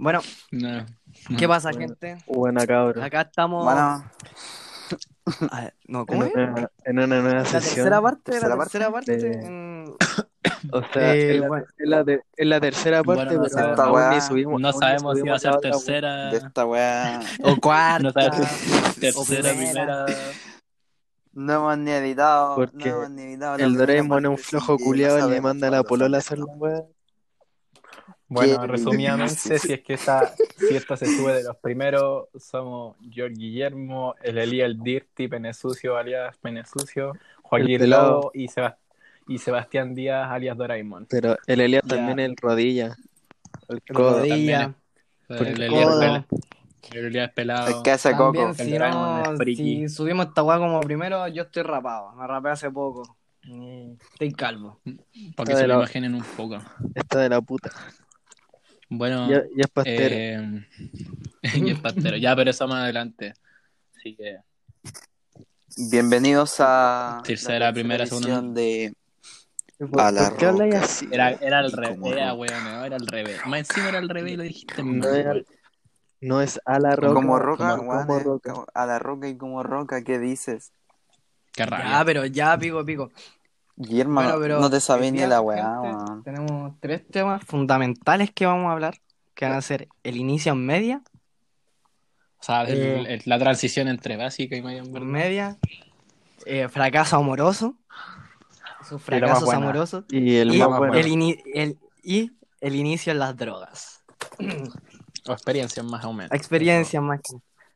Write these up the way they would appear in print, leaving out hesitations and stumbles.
Bueno, No, ¿qué no. pasa, Bueno, gente? buena cabro. Acá estamos. Bueno, No, En ¿cómo es? una nueva La tercera sesión. parte, la tercera parte. tercera parte. de, o sea, Bueno, es la tercera Bueno, parte, no pero Esta sabemos. weá, No aún ni sabemos si va a subimos la ser otra, pues. de tercera. esta weá, o No sabemos cuarta, si o tercera, primera. primera. no hemos ni editado, no Porque hemos ni editado la el primera Doraemon es un parte, así flojo que no culiado y le sabemos manda a la cuándo polola sale a hacer la esto. weá. Bueno, ¿Qué resumidamente, dices? si esta se sube de los primeros, somos George Guillermo, el Elías el Dirty, Pene Sucio, alias Pene Sucio, El Joaquín pelado. Lobo y Sebastián Díaz, alias Doraemon. Pero el Elías también Ya, es el rodilla, el el codo. También es rodilla, Porque el el Elías, codo. el Elías Es pelado, que ese También, coco. el si Doraemon es no, friki. si subimos esta weá como primero, yo estoy rapado. Me rapé hace poco. Estoy calvo. Para está que se de lo la, imaginen un poco. está de la puta. Bueno, Ya es pastero. y es pastero. Ya, pero eso más adelante. Así que Bienvenidos a la tercera, tercera primera, segunda. edición de ¿Por, A la por qué habláis Roca así? Era al y revés, como Roca. weón, no, era al revés. Más encima era al revés y lo dijiste No mal, es, weón. no es a la Como, Como roca, Roca, como, es weón, como roca. A la Roca y como Roca, ¿qué dices? qué Ya, rabia. pero ya, pico, pico. Guillermo, Bueno, no pero te hoy sabés ni día, la weá, gente, weón. tenemos tres temas fundamentales que vamos a hablar, que van a ser el inicio en media, O sea, eh, la transición entre básica y medio en verdad. media, fracaso amoroso, sus Y lo más fracasos buena. amorosos, Y el Y lo y más más bueno. buena. el inicio en las drogas. O experiencias más o menos. Eso. Experiencia más que...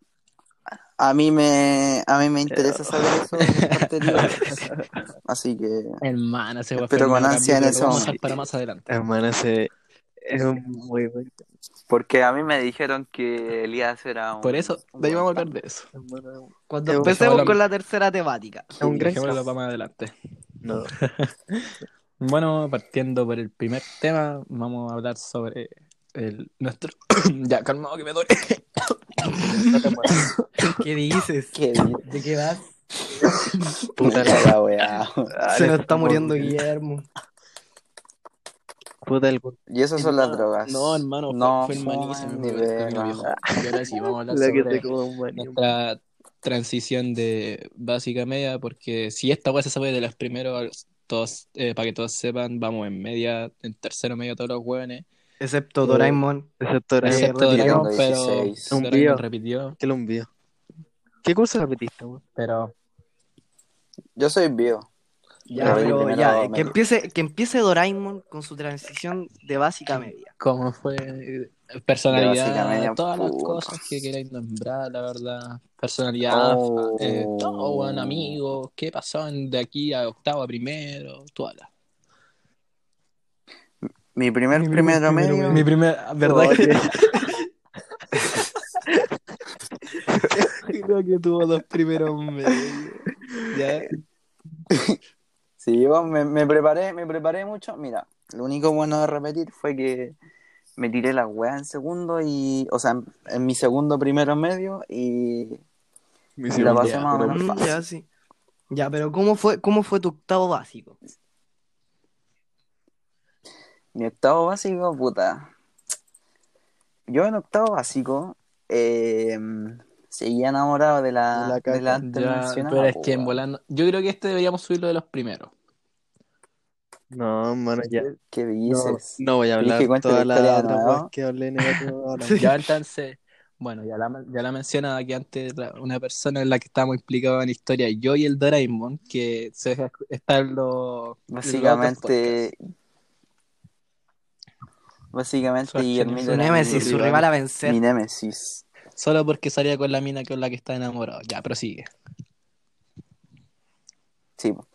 A mí me Eh, interesa saber eso posterior, así que Hermano, ese fue el espero con medio ansia en capítulo. Lo ese vamos a dejar momento. para más adelante. hermano, ese es un muy buen Porque a mí me dijeron que Elías era Por eso, un de ahí buen vamos a hablar pan. de eso. hermano. Cuando Es un, empecemos Dejémoslo, con la tercera temática. es ¿Qué un gran dejémoslo dices? para capo. más adelante. No, Bueno, partiendo por el primer tema, vamos a hablar sobre nuestro... Ya, calmado que me duele. no te mueras. ¿Qué dices? ¿Qué dices? ¿De qué vas? Puta Deja el, la weá. Se el nos está pulmón, muriendo Guillermo. puta el Y esas son las No, drogas. hermano, No fue el maní, se me fumen ni pegó el camino beban. viejo. Y ahora sí, vamos a hablar la que te sobre como un baño. nuestra transición de básica a media, porque si esta weá se sabe de los primeros, todos, para que todos sepan, vamos en media, en tercero medio todos los hueones, Excepto Eh, Doraemon, excepto que Doraemon. excepto Yo repitió. tengo Doraemon, pero 16. Un Doraemon video. repitió, ¿Qué lo un video? ¿Qué curso repetiste, weón? pero Yo soy bio. Ya, Repetí pero ya, primero medio. que empiece Doraemon con su transición de básica a media. cómo fue De personalidad, básicamente, todas las puta. cosas que queráis nombrar, la verdad, personalidad, todo, buen Oh. amigo, qué pasó de aquí a octavo a primero, todas las... Mi primer Mi primer primero primero Mi medio. medio. primer, ¿verdad Oh, que qué- creo que tuvo dos primeros medios? Ya, Sí, yo me preparé mucho. Mira, lo único bueno de repetir fue que me tiré la weá en segundo y, o sea, en mi segundo primero medio Mi y la segundo pasé ya. más o primero menos medio. Ya, fácil. sí. Ya, pero cómo fue tu octavo básico? Mi octavo básico, puta. Yo en octavo básico eh, seguía enamorado De la de la caca. antes Ya, mencionada, pero es pues, que en weón. volando, yo creo que este deberíamos subirlo de los primeros. No, hermano, ya. ¿Qué No, dices? no voy a ¿Querés que hablar cuente la todas las historia de otras weas nuevo? que hablé negativo ahora. Ya entonces, bueno, ya la mencionaba que antes una persona en la que estábamos implicados en historia, yo y el Doraemon, que está en los otros Básicamente, podcasts. Su básicamente Guillermito Su era Mi némesis, su rival rival. a mi vencer. némesis. Solo porque salía con la mina con la que está enamorado. Ya, prosigue. Sí, po.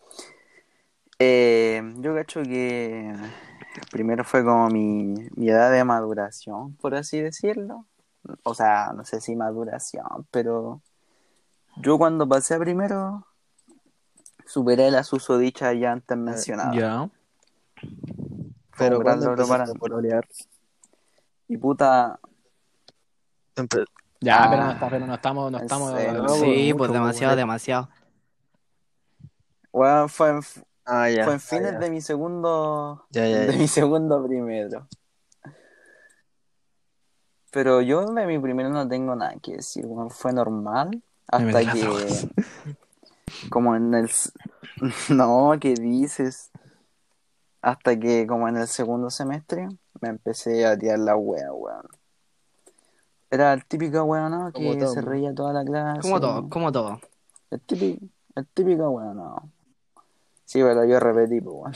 Yo cacho que primero fue como mi edad de maduración, por así decirlo. O sea, no sé si maduración, pero yo cuando pasé a primero superé la susodicha ya antes mencionada. Ya. Fue un Pero gran cuando logro para empezaste a mí. pololear, Y puta, Empe- Ya, pero no en estamos no, serio. pues Sí, pues mucho, pues, demasiado, weón. demasiado. Bueno, Ah, fue ya, en fines de ya, ya, de ya. mi segundo primero. Pero yo de mi primero no tengo nada que decir, weón. Fue normal Me hasta metí las que, drogas. como en el... No, ¿qué dices? Hasta que como en el segundo semestre me empecé a tirar la wea, weón. Era el típico weón, ¿no? Como Que todo, se ¿no? reía toda la Como clase. todo, como todo. El típico weón, no. Sí, pero yo repetí, pues,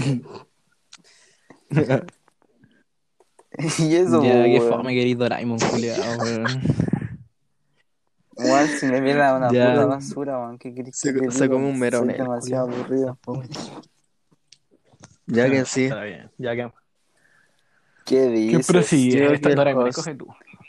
weón. Y eso, Ya, qué pues, fome, weón. querido Doraemon, culiao, weón. Igual si me viera una puta Ya, basura, weón, ¿qué querés que te Se diga? come un Soy meronel, demasiado culiao. aburrido. Ya que sí. está bien. Ya que. ¿Qué ¿Quién dices? prosigue? Yo Esta que el Doraemon, host. escoge tú.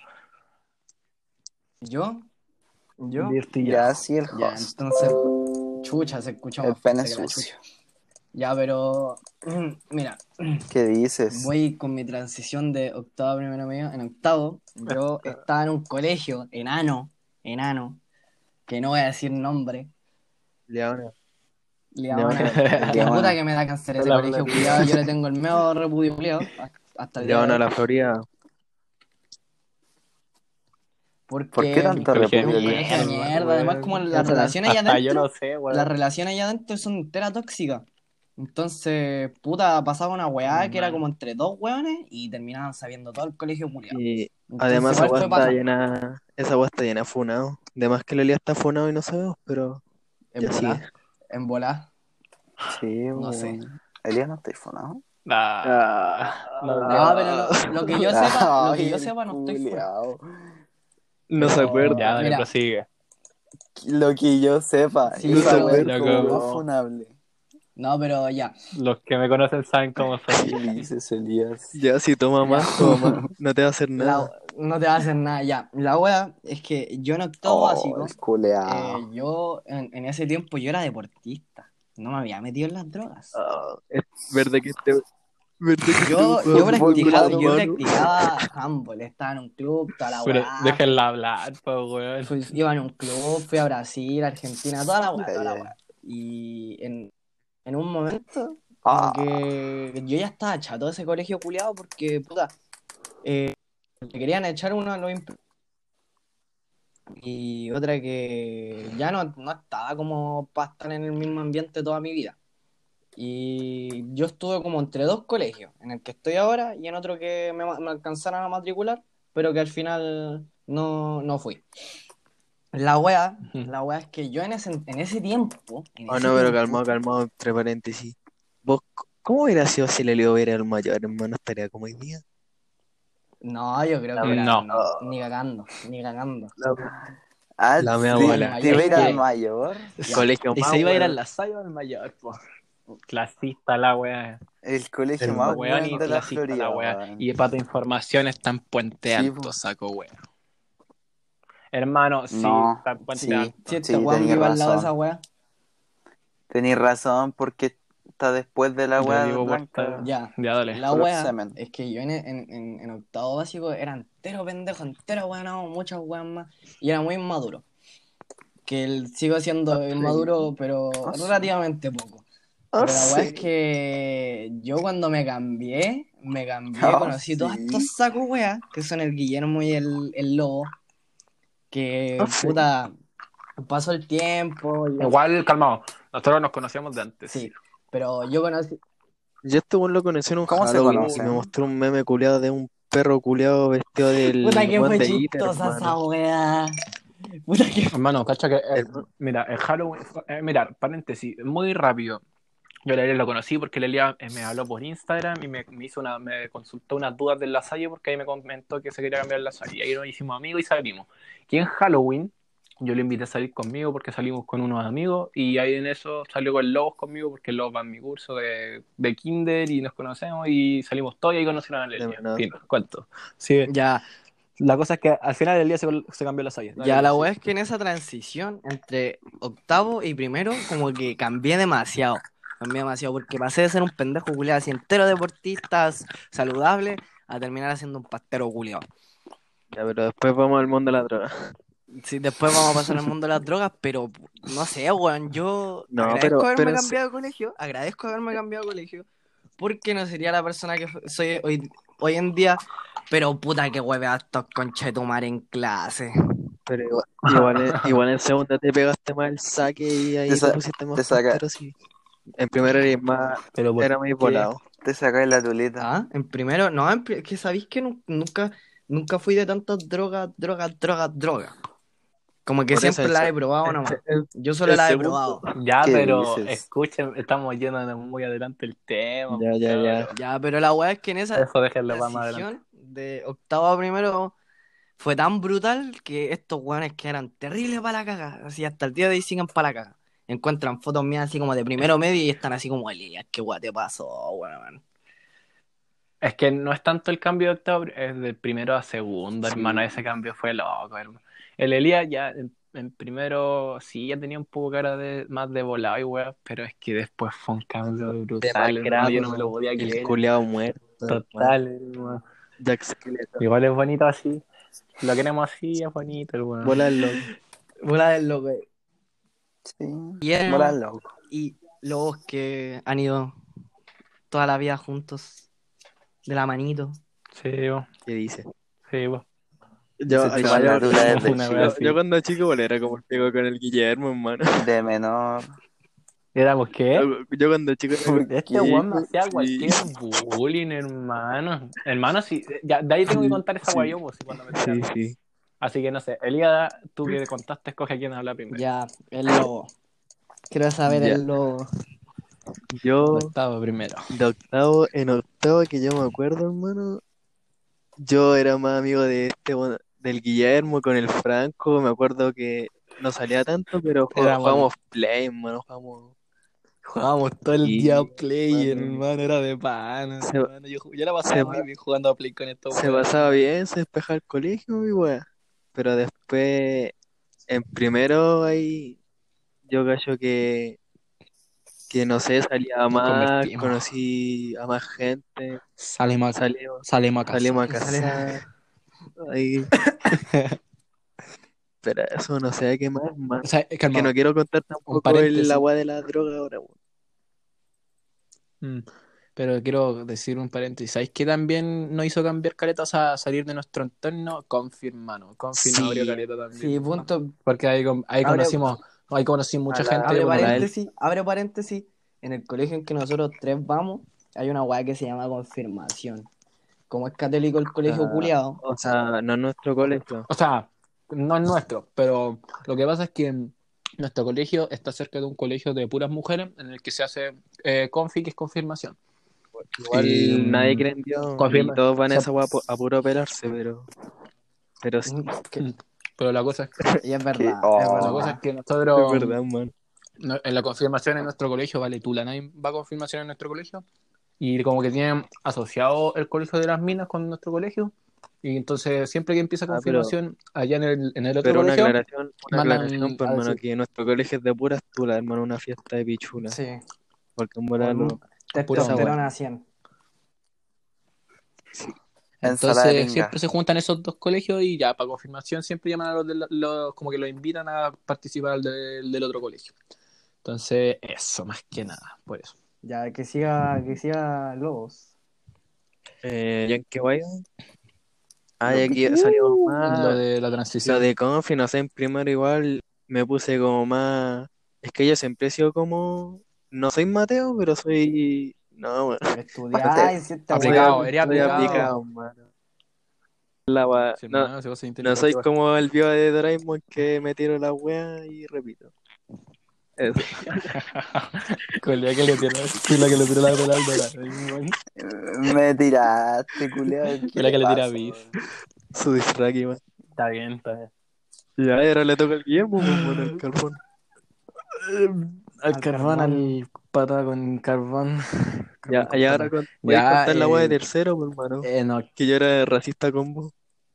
¿Yo? ¿Yo? Dirty ya. Ya, sí, el Ya, host. entonces, chucha, se escuchó El más pene fuerte que la sucio. chucha. Ya, pero, mira, ¿Qué dices? voy con mi transición de octavo a primero medio. En octavo, yo estaba en un colegio enano, que no voy a decir nombre. Leona. Leona, El que puta Leona. que me da cáncer ese La colegio Florida. culiado. Yo le tengo el medio repudio culiado hasta el día de Leona hoy. la Florida. ¿Por qué Porque Un tanto colegio es de un repudio? colegio de mierda, mierda. Además, como weón. las relaciones allá Hasta yo adentro, lo sé, las weón. relaciones allá adentro son entera tóxicas. Entonces, puta, pasaba una weá que era como entre dos weones y terminaban sabiendo todo el colegio culiado. Y Entonces, además esa igual weá fue está paja. llena. Esa weá está llena de funado. Además que la Elia está funado y no sabemos, pero En ya sigue. volá, en volá, Sí, no sé. weón. Elías no está fonado. No, No, pero lo que yo sepa, Ay, el no estoy funado. culiao. No se Pero, ya, acuerda. dale, mira, prosigue. Lo que yo sepa, sí, No se esa pero wea es acuerda. Ya como como más no, funable. no, pero ya, los que me conocen saben cómo soy. ¿Qué dices, Elías? Ya, si toma ya. más, toma más. No te va a hacer La, nada. no te va a hacer nada, ya. La wea es que yo en octavo Oh, el básico, culeao. yo en ese tiempo yo era deportista. No me había metido en las drogas. Es verdad que estemos Yo jugando fútbol con practicaba, las yo manos. practicaba handball, estaba en un club, toda la Pero weá. déjenla hablar, pues, weón. Iba en un club, fui a Brasil, Argentina, toda la weá, Ya, toda la ya, ya. weá. Y en un momento, como Ah, que yo ya estaba chato de ese colegio culiado porque, puta, le querían echar uno a los y otra que ya no estaba como para estar en el mismo ambiente toda mi vida. Y yo estuve como entre dos colegios, en el que estoy ahora y en otro que me alcanzaron a matricular, pero que al final no fui. La wea es que yo en ese tiempo, Oh, no, pero calmado, entre paréntesis. ¿Vos cómo hubiera sido si Lelio hubiera el mayor, hermano? Estaría como hoy día. no, yo creo que era, No. no, ni cagando, ni cagando. La mea Sí, bola. te mayor iba a Es ir al que mayor. El ya. colegio y más, se iba a ir al weón. Lasalle o al mayor, pues. Clasista la weá. El colegio El más Weón weón y de la clasista la Florida, weá. weón. Y para tu información está en Puente Sí, Alto, po. saco weá. Hermano, sí, No, está en Puente sí, Si Alto. este sí, Juan tenéis vive al lado de esa razón. wea, Tenéis razón porque está después de la Yo weá vivo por blanca, estar. weón. ya. Ya, dale. La Color wea semen. es que yo en octavo básico era entero pendejo, entero weón, muchas weas más, y era muy inmaduro. Que sigo siendo inmaduro, pero Ah, sí. relativamente poco. Ah, Pero la weá es sí. que yo cuando me cambié, Ah, conocí todos sí. estos sacos weá, que son el Guillermo y el Lobo, Ah, que sí. puta, pasó el tiempo, Igual, calmado. Nosotros nos conocíamos de antes. sí, pero yo conocí, Yo este weón lo conocí en un ¿Cómo se Halloween y me conocen? mostró un meme culeado de un perro culeado vestido puta del que weón fue de It, chistosa esa hermano. weá, puta que Hermano, cacha que. Hermano, Mira, el Halloween. Mira, paréntesis, muy rápido. Yo a Lelia lo conocí porque Lelia me habló por Instagram y me consultó unas dudas del Lasalle porque ahí me comentó que se quería cambiar el Lasalle. Y ahí nos hicimos amigos y salimos. Y en Halloween yo le invité a salir conmigo porque salimos con unos amigos y ahí en eso salió con Lobos conmigo porque Lobos va en mi curso de Kinder y nos conocemos y salimos todos y ahí conocieron a de Lelia. nada. Fin, cuento. Sí, ya, la cosa es que al final del día se cambió el Lasalle. Dale, ya la sí. weá es que en esa transición entre octavo y primero, como que cambié demasiado. Cambié demasiado porque pasé de ser un pendejo culiado así entero deportista, saludable, a terminar haciendo un pastero culiado. Ya, pero después vamos al mundo de la droga. Sí, después vamos a pasar al mundo de las drogas, pero no sé, weón, yo No, agradezco haberme pero cambiado de colegio, agradezco haberme cambiado de colegio, porque no sería la persona que soy hoy en día. Pero puta que hueve a estos conchetumar en clase. Pero igual en segunda te pegaste más el saque y Te, ahí te sa- pusiste más te saca, puntero, sí. En primero Pero ¿por era muy qué? volado. te sacáis la tuleta. Ah, en primero, no, que sabéis que nunca fui de tantas drogas. Como que Por eso siempre la he probado nomás. el- Yo solo el la he segundo. probado. Ya, ¿Qué pero dices? escuchen, estamos yendo muy adelante el tema, Ya, pues, ya, ya. cabrón. Ya, pero la weá es que en esa Eso déjenlo para más adelante. transición de octavo a primero fue tan brutal que estos weones que eran terribles para la caga, así hasta el día de hoy siguen para la caga. Encuentran fotos mías así como de primero medio y están así como, Elías, qué guay te pasó, weón. Es que no es tanto el cambio de octavo, es del primero a segundo, Sí. hermano. Ese cambio fue loco, hermano. El Elías ya en primero sí ya tenía un poco cara de más de volado y weón, pero es que después fue un cambio brutal, hermano. Yo no me lo podía El creer. culeado muerto, hermano. Total, hermano. Jack Skeleton. Igual es bonito así. Lo queremos así, es bonito, hermano. Bola el loco. Bola del loco. Sí, Y él mola loco. y los que han ido toda la vida juntos, de la manito. Sí, vos. ¿Qué dice? Sí, vos. Yo, Se igual chupan la tula desde Una chico. wea yo, así. yo cuando chico igual era como el pico con el Guillermo, hermano. De menor. ¿Éramos qué? Yo cuando chico era con Este weón me Kiko, hacía sí. cualquier bullying, hermano. Hermano, sí, ya, de ahí tengo que contar esa Sí, guay yo, pues, cuando me sí, tiraron. sí. Así que no sé, Elías, tú que contaste, escoge a quién habla primero. Ya, el lobo. Quiero saber Ya. el lobo. Yo, Octavo primero. en octavo que yo me acuerdo, hermano, yo era más amigo de bueno, del Guillermo con el Franco. Me acuerdo que no salía tanto, pero Éramos, jugábamos Play, hermano, jugábamos todo el día y Play, hermano, hermano, era de pana, se, hermano. Yo la se, pasaba muy pa- bien jugando a Play con estos se weones. pasaba bien, se despejaba el colegio y weá. Pero después, en primero ahí, yo cacho que no sé, salía Nos más, convertimos. conocí a más gente, Salimos salimos, a casa. salimos a casar, ahí, pero eso no sé qué más. O sea, Que no calma, quiero contar un tampoco el paréntesis. agua de la droga ahora, weón. Mm, Pero quiero decir un paréntesis. ¿Sabéis que también nos hizo cambiar caletas a salir de nuestro entorno? Confirmano. Confirma abrió Sí, caleta también. Sí, punto. Porque ahí Abre, conocí mucha gente. abre Bueno, paréntesis. En el colegio en que nosotros tres vamos, hay una weá que se llama confirmación. Como es católico el colegio culiado, o sea, no es nuestro colegio. o sea, no es nuestro, pero lo que pasa es que nuestro colegio está cerca de un colegio de puras mujeres en el que se hace confi, que es confirmación. Y Igual nadie cree en Dios y confirma. todos O van a sea, esa weá a puro pelarse, pero sí, que- pero la cosa y es Que, verdad, es la cosa es verdad. que es nosotros verdad, man. en la confirmación en nuestro colegio, vale, Tulanaim va a confirmación en nuestro colegio y como que tienen asociado el colegio de las minas con nuestro colegio y entonces siempre que empieza Ah, pero, confirmación allá en el otro pero colegio una aclaración, mandan pues a hermano, decir que nuestro colegio es de puras tulas, hermano, una fiesta de pichula. Sí. Porque en verdad puro esa hombre. weá. Testosterona 100. Sí. ensalada de Entonces pinga. siempre se juntan esos dos colegios y ya para confirmación siempre llaman a como que los invitan a participar del otro colegio. Entonces eso, más que nada, por eso. Ya, que siga Lobos. ¿Ya en qué guay? Ah, ya aquí salimos Lo más. de la Lo transición. de Confi, no sé, en primero igual me puse como más. Es que yo siempre he sido como. No soy Mateo, pero soy. No, bueno, Estudiar y siete Aplicado, weón. eres soy aplicado. aplicado, mano. La wea- Sí, No, hermano, se va a ser no soy inteligente. como el bio de Doraemon que me tiro la wea y repito. Eso. Con la que le tiró, con la que le tiró la pelada al Doraemon. Me tiraste, culiao. ¿Qué Con la te que le tira pasa? beef. Su disfraz, man. Está bien, está bien. Ya, y ahora le toca el Guillermo, pues, bueno, el carbón. Al carbón, al pata con carbón. Ya, Carbón con ya ahora pata. podéis Ya, contar la wea de tercero, pues, hermano. no. Que yo era racista con vos.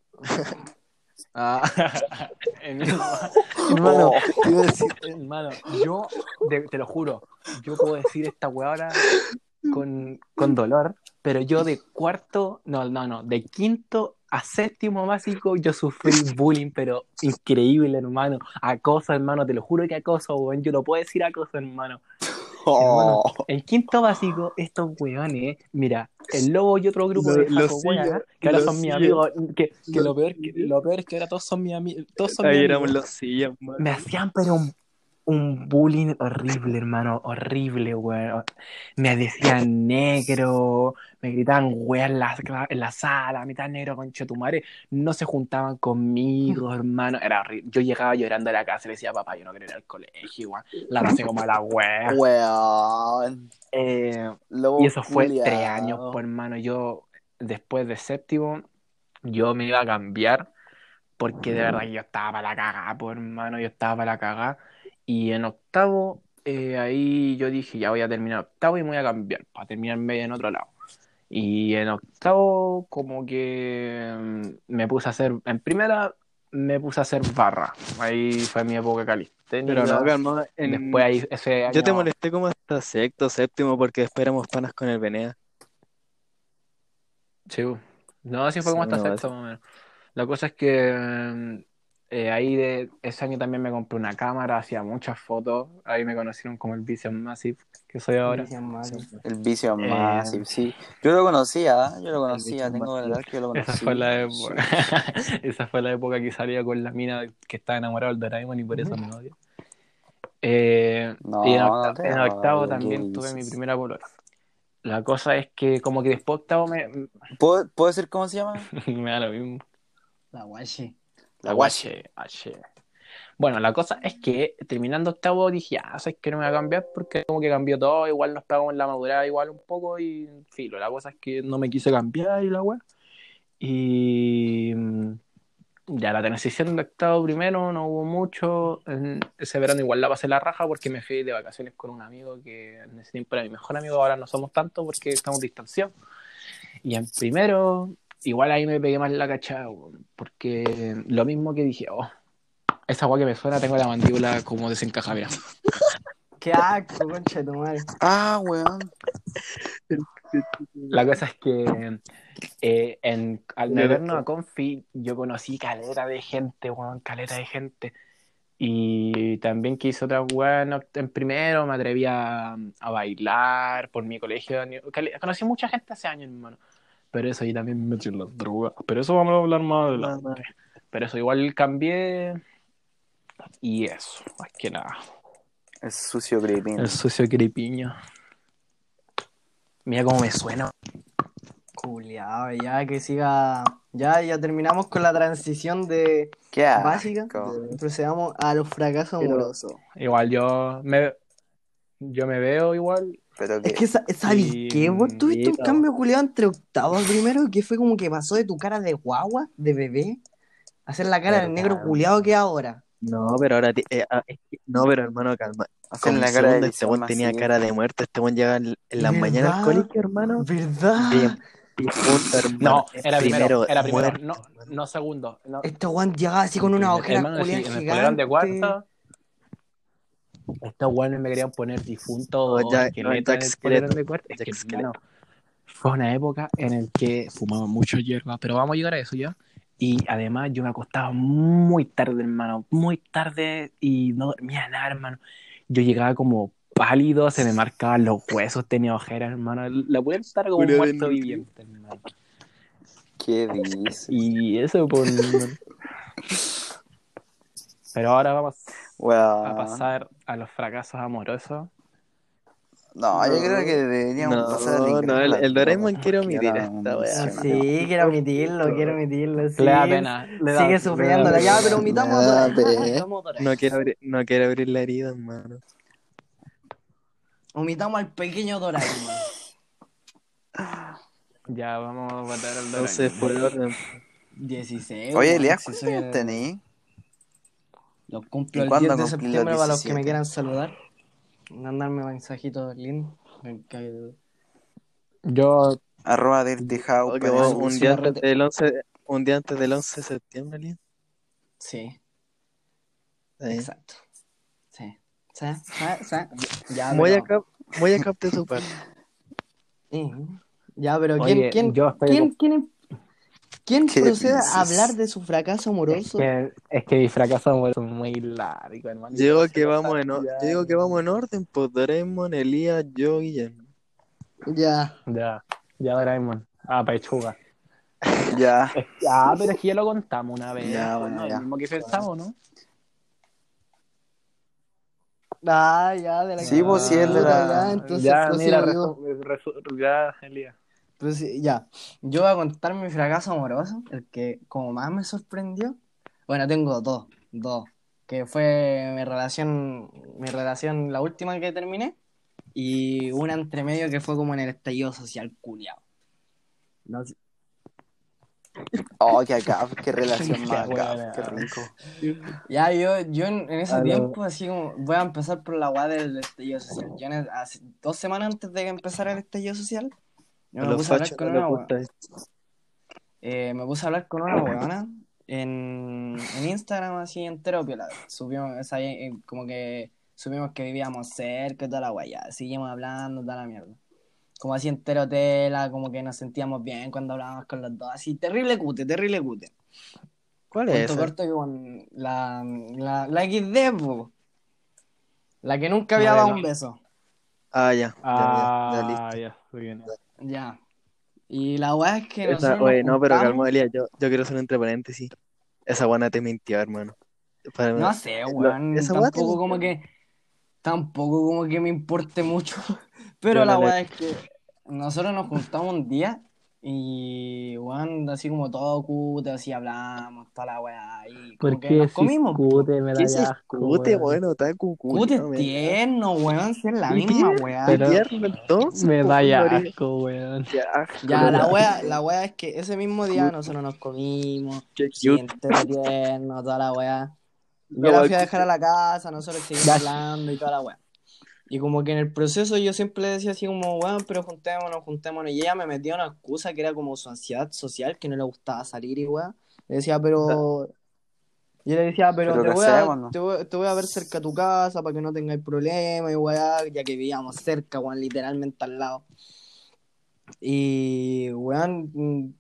Ah, hermano, te iba a decir, hermano, yo te lo juro, yo puedo decir esta weá ahora con dolor, pero yo de cuarto, no, de quinto a séptimo básico yo sufrí bullying, pero increíble, hermano. Acoso, hermano, te lo juro que acoso, weón. Yo no puedo decir acoso, hermano. Hermano, Oh, en quinto básico, estos weones, mira, el Lobo y otro grupo de Lo Jaco sigo, wea, que ahora lo son mis sigo, amigos, que lo lo sigo. peor es que ahora todos son mis amigos, todos son mis Ahí éramos amigos, los sillas, me mano. hacían pero un bullying horrible, hermano, horrible, weón. Me decían negro, me gritaban weón en la sala, mitad negro, concha de tu madre. No se juntaban conmigo, hermano. Era horrible. Yo llegaba llorando a la casa y le decía, papá, yo no quiero ir al colegio, weón. La pasé como a la wea. weón. Eh, y Lobo eso fue 3 años, culiao. pues, hermano. Yo, después de séptimo, yo me iba a cambiar porque de verdad que yo estaba para la cagada, pues hermano, yo estaba para la cagada. Y en octavo, ahí yo dije, ya voy a terminar octavo y me voy a cambiar, para terminar medio en otro lado. Y en octavo, como que me puse a hacer, en primera, me puse a hacer barra. Ahí fue mi época Pero no, calisténica. calma. Después ahí, ese Yo te año, molesté como hasta sexto, séptimo, porque después éramos panas con el Venea. sí, no, así fue Sí, como hasta una sexto, base. más o menos. La cosa es que ahí de ese año también me compré una cámara, hacía muchas fotos. Ahí me conocieron como el Vision Massive que soy ahora. Dicen más. Sí, El vicio Eh, Massive, sí. Yo lo conocía, ¿eh? Yo lo el bicho conocía. más Tengo que tío. verdad que yo lo esa fue conocí. la época. Sí, sí. Esa fue la época que salía con la mina que estaba enamorada del Doraemon y por eso me odia. Y No, no te en octavo odio, ¿qué también tuve mi dices? primera polola. La cosa es que como que después de octavo ¿Puedo decir cómo se llama? me da lo mismo. La guache. La La Guache. guache, bueno, la cosa es que terminando octavo dije, sabes que no me voy a cambiar porque como que cambió todo, igual nos pegamos en la madurez igual un poco y filo, la cosa es que no me quise cambiar y la weá. Y ya la transición de octavo primero no hubo mucho, ese verano igual la pasé la raja porque me fui de vacaciones con un amigo que en ese tiempo era mi mejor amigo, ahora no somos tanto porque estamos distanciados. Y en primero, igual ahí me pegué más la cachada, weón, porque lo mismo que dije, esa agua que me suena, tengo la mandíbula como desencajada, mira. Qué asco, concha de tu madre. Ah, weón. La cosa es que al Tiene meternos a razón. Confi, yo conocí caleta de gente, weón, caleta de gente. Y también que hice otra weá en primero, me atreví a bailar por mi colegio. Conocí mucha gente hace años, hermano. Pero eso, y también me metí en las drogas. Pero eso vamos a hablar más Mamá. adelante. Pero eso, igual cambié y eso, más que nada. Es sucio El creepino. sucio cripiño. Mira cómo me suena. Culeado, ya que siga. Ya terminamos con la transición de Qué básica. asco. Procedamos a los fracasos Pero, amorosos. Igual yo me veo igual Pero Es que. que, ¿sabes y qué? Vos tuviste un Vito, cambio culiado entre octavo y primero que fue como que pasó de tu cara de guagua, de bebé, a hacer la cara del negro verdad, culiado que ahora. no, pero ahora, no, pero hermano, calma. Hacen Como la cara de segundo, este visión buen tenía masiva. cara de muerto. Este buen llegaba en las mañanas al ¿Verdad? colegio, hermano. ¿Verdad? Bien, difunto, hermano. no, era primero, Muerto, no, hermano. no segundo, no, Este weón llegaba así con en unas primer, ojeras hermano, sí, culiadas en el polerón de gigantes. cuarta, estos buenos me querían poner difunto No, o No, esqueleto en Jack el polerón Skeleton. de cuarta, es Jack que Skeleton. hermano, fue una época en la que fumaba mucho hierba, pero vamos a llegar a eso ya. Y además yo me acostaba muy tarde, hermano, muy tarde y no dormía nada, hermano. Yo llegaba como pálido, se me marcaban los huesos, tenía ojeras, hermano. La pude estar como un Puro muerto desnutrido. viviente, hermano. ¿Qué dices? Y eso, pues, hermano. Pero ahora vamos a Weón. pasar a los fracasos amorosos. No, yo creo que No, deberíamos pasar al no, ingreso a las el drogas Doraemon quiere porque ya omitir lo esta wea. mencionamos. Sí, quiero admitirlo, Le da sí. pena, Sigue le da sufriéndola ya, pero pena. Me omitamos a da Doraemon. pe. Omitamos a Doraemon. No quiere abrir la herida, hermano. Omitamos al pequeño Doraemon. Ya vamos a matar al Entonces, Doraemon. por orden. 16, Oye, weón, Elías, si ¿cuántos soy años el... tenés? Los cumplo ¿Y el 10 cuándo de cumplís los septiembre para los que me 17? quieran saludar. Mandarme mensajitos lindos. Yo, Arroba Dirty House, Oh, que vos, parece. Si lo un día antes del 11 de septiembre, Lin. Sí, Ahí. exacto. Sí. Sí. Ya, Muy pero... acá, muy acá de su parte. eh, Ya, pero oye, yo estoy... quién, ¿Quién ¿Qué procede a hablar dices? de su fracaso amoroso? Es que mi fracaso amoroso es muy largo, hermano, y Yo yo no digo sé que los vamos yo digo que vamos en orden, pues Doraemon, Elías, yo, Guillermo. Ya, Ya, ya Doraemon. Ah, pechuga. Ya, Pero es que ya lo contamos una vez, ya, pues no, bueno, el ya. mismo que pensamos, ¿no? ya, de la Sí, pues sí, el de puta, ya, la... entonces Ya, mira, prosigo yo. ya, Elías. Ya, yo voy a contar mi fracaso amoroso, el que como más me sorprendió. Bueno, tengo dos, que fue mi relación, la última que terminé, y una entre medio que fue como en el estallido social culiao. No sé. Oh, qué acá, qué relación Qué más acá, qué buena. rico. Ya, yo en ese A lo- tiempo, así como, voy a empezar por la weá del estallido social. Yo hace 2 semanas antes de que empezara el estallido social, yo A me los puse a hablar fachos con no les una weá. gusta esto. Me puse a hablar con una weona en Instagram, así entero, piola. Subimos, o sea, como que subimos que vivíamos cerca y toda la weá, ya, seguimos hablando, toda la mierda. Como así entero tela, como que nos sentíamos bien cuando hablábamos con los dos, así, terrible cute, terrible cute. ¿Cuál es Cuento esa? corto que con la XD, po, la que nunca no había le dado no. un beso, Ah, ya, Ah, listo. ya, estoy bien. ya. Y la weá es que Esa, nosotros nos oye, no, pero calma, juntamos, Elías, yo quiero hacer un entre paréntesis. Esa guana te mintió, hermano. no sé, weón, Esa guana te mintió. tampoco como que me importe mucho, pero Yo no la le... weá es que nosotros nos juntamos un día y, weón, así como todo cute, así hablamos, toda la weá, y como ¿Por que qué nos si comimos, po. cute me ¿Qué da se asco, escute, weón? bueno? Está Cute cuculeado, es me da. tierno, weón, si es la Y misma bien, y weá. Pero tierno entonces, me pues, da bueno, asco, weón. qué asco, Ya, lo la weá es que ese mismo día cute, nosotros nos comimos, qué sí, cute. entero tierno, toda la weá. Yo La la guay fui a dejar cute. a la casa, nosotros seguimos Ya, hablando y toda la weá. Y como que en el proceso yo siempre le decía así como, weón, pero juntémonos, juntémonos. Y ella me metía una excusa que era como su ansiedad social, que no le gustaba salir y weón. Le decía, pero... Yo le decía, pero Pero te ¿qué voy a, hacemos, no? te voy a ver cerca a tu casa para que no tengáis problemas y weá, ya que vivíamos cerca, weón, literalmente al lado. Y, weón,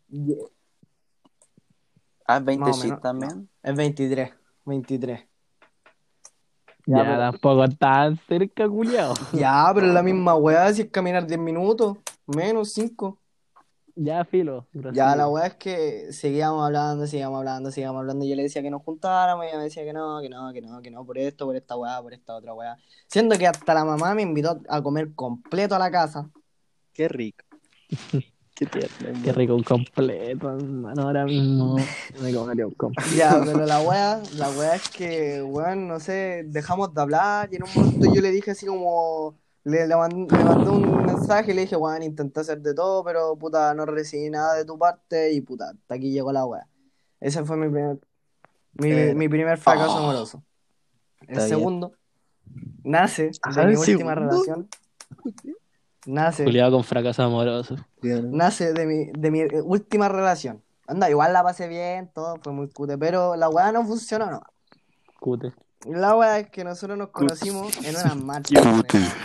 Ah, más 20 o shit menos, no, también. es 23. Ya, ya pero, tampoco tan cerca, culiao. ya, pero es la misma weá, si es caminar 10 minutos, menos 5. Ya, filo, Ya, la prosigue. weá es que seguíamos hablando, seguíamos hablando, seguíamos hablando. Y yo le decía que nos juntáramos, y ella me decía que no, que no, que no, que no, por esto, por esta weá, por esta otra weá. Siendo que hasta la mamá me invitó a comer completo a la casa. Qué rico, qué tierno, Qué hermano. rico un completo, hermano. Ahora mismo me comería un completo. Ya, pero la weá es que, weón, no sé, dejamos de hablar y en un momento yo le dije así como, le mandé un mensaje y le dije, weón, intenté hacer de todo, pero puta, no recibí nada de tu parte y puta, hasta aquí llegó la weá. Ese fue Eh, mi primer fracaso Oh, amoroso. El está bien. segundo nace Ajá, de mi el última segundo. relación, nace, Culiado con fracaso amoroso. Ya, ¿no? nace de mi última relación. Anda, igual la pasé bien, todo fue muy cute, pero la weá no funcionó, no. Cute. La weá es que nosotros nos Cut. conocimos en unas marchas, weón, cute. hermano.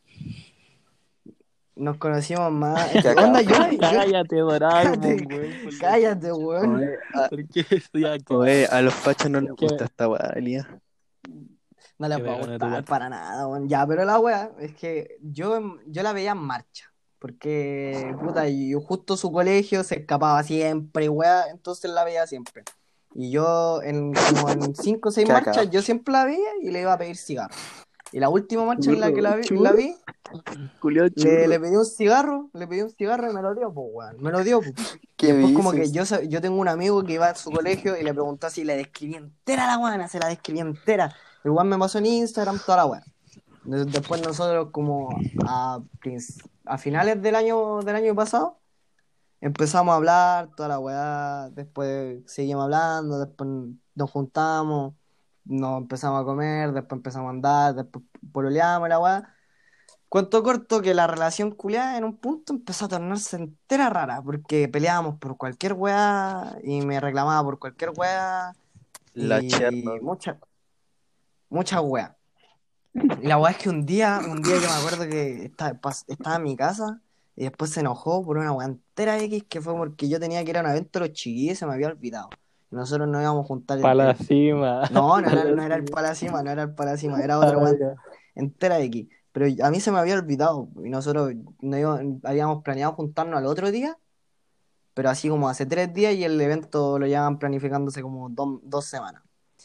Nos conocimos más. Que acá. Onda, yo, Cállate, cállate, Doraemon, weón, por la cállate, chucha. weón. Oye, a, ¿Por qué estoy acá? oye, a los fachos no les gusta ¿Qué? esta weá, Elías. No les Que va me a gane tu gustar parte. para nada, weón. Ya, pero la weá es que yo la veía en marcha. Porque, puta, y yo justo su colegio se escapaba siempre, weá, entonces la veía siempre. Y yo, como en 5 o 6 Que acá. marchas, yo siempre la veía y le iba a pedir cigarro. Y la última marcha en la que Churro, la churro, vi, culiao Le, churro. le pedí un cigarro, y me lo dio, pues, weón. Me lo dio, pues. Y ¿Qué después como que dices? yo tengo un amigo que iba a su colegio y le preguntó si le describí entera la weá, se la describí entera. El weón me pasó en Instagram toda la weá. Después nosotros como a finales del año pasado empezamos a hablar, toda la weá, después seguimos hablando, después nos juntamos, nos empezamos a comer, después empezamos a andar, después pololeamos la weá. Cuento corto que la relación culiada en un punto empezó a tornarse entera rara, porque peleábamos por cualquier weá y me reclamaba por cualquier weá La y Chernobyl. muchas weá. Y la weá es que un día yo me acuerdo que estaba en mi casa y después se enojó por una weá entera X que fue porque yo tenía que ir a un evento de los chiquillos y se me había olvidado. Y nosotros nos íbamos a juntar Pa' la cima. No, Pa' la no era el cima. Palacima, no era el Palacima, era otra Ah, weá ya. entera X. Pero a mí se me había olvidado y nosotros habíamos planeado juntarnos al otro día, pero así como hace 3 días y el evento lo llevaban planificándose como 2 semanas.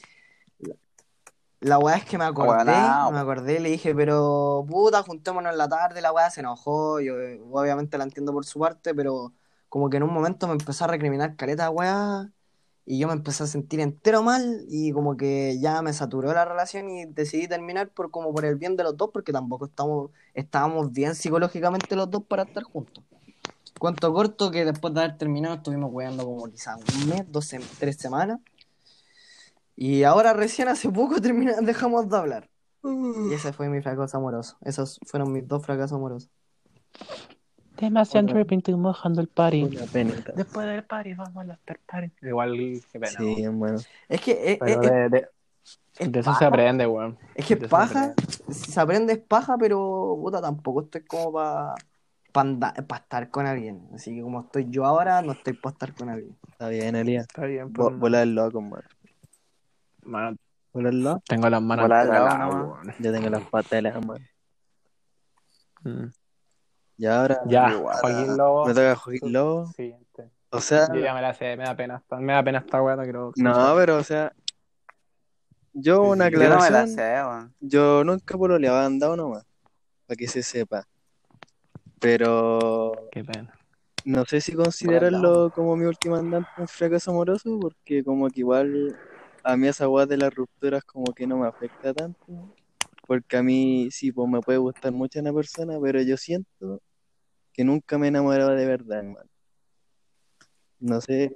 La weá es que Ahueonao, me acordé, le dije, pero puta, juntémonos en la tarde, la weá se enojó, yo obviamente la entiendo por su parte, pero como que en un momento me empezó a recriminar caleta weá, y yo me empecé a sentir entero mal, y como que ya me saturó la relación y decidí terminar como por el bien de los dos, porque tampoco estábamos bien psicológicamente los dos para estar juntos. Cuento corto que después de haber terminado estuvimos weando como quizás un mes, 3 semanas, y ahora recién hace poco dejamos de hablar. Y ese fue mi fracaso amoroso. Esos fueron mis 2 fracasos amorosos. Demasiado Una, repente mojando el party. una penita. Después del party vamos al after party. Igual, qué pena, Sí, weón. hermano. Es que Pero es de eso se paja. aprende, weón. Es que es De eso se paja. aprende. Si se aprende es paja, pero puta, tampoco estoy como para estar con alguien. Así que como estoy yo ahora, no estoy para estar con alguien. Está bien, Elías. Está bien, pero no. Volar loco, hermano. Mano, Volar loco. tengo las manos volar al lado entaladas, nomás. weón. Yo tengo las patas de la mano. Mm. Y ahora Ya, Igual. Joaquín Lobo. me toca Joaquín Lobo. Siguiente. O sea, Yo ya me la sé, me da pena. Me da pena esta weá, no quiero escuchar. no, pero o sea, yo Sí, una sí. Yo no me la aclaración, sé, weón. yo nunca pololeaba, andado nomás, para que se sepa. Pero Qué pena. no sé si Volar al lado. considerarlo como mi último andante un fracaso amoroso, porque como que igual a mí esa weá de las rupturas como que no me afecta tanto. Porque a mí sí, pues me puede gustar mucho una persona, pero yo siento que nunca me he enamorado de verdad, hermano. No sé.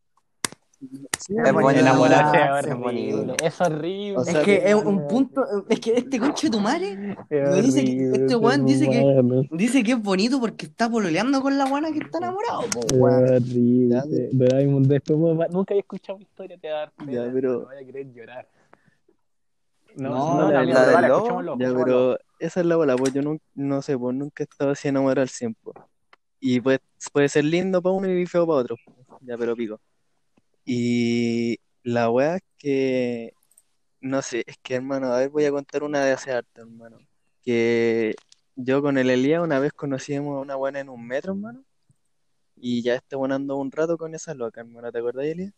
Sí, Es Es hermano. bonito Enamorarse es enamorarse, bonito, es horrible. bonito. Es horrible. O Es sea, que es un weón. punto, es que este conche de tu madre Es lo dice horrible este ser weón humano. dice que es bonito porque está pololeando con la guana que está enamorado, po, Es weón. ya, horrible. Doraemon, después nunca había escuchado una historia, te va a dar ya, pena, hermano. pero, Vaya a querer llorar. No, No, no, no, la la mía, verdad, ¿La pero del dale, lobo? escuchémoslo, ya, escuchémoslo. pero esa es la bola, pues yo no sé, pues nunca he estado así enamorado al 100, pues. Y puede ser lindo para uno y feo para otro, pues. Ya, pero pico. Y la weá es que, no sé, es que hermano, a ver, voy a contar una de hace harto, hermano. Que yo con el Elías una vez conocimos a una buena en un metro, hermano. Y ya estoy andando un rato con esa loca, hermano. ¿Te acordás, Elías?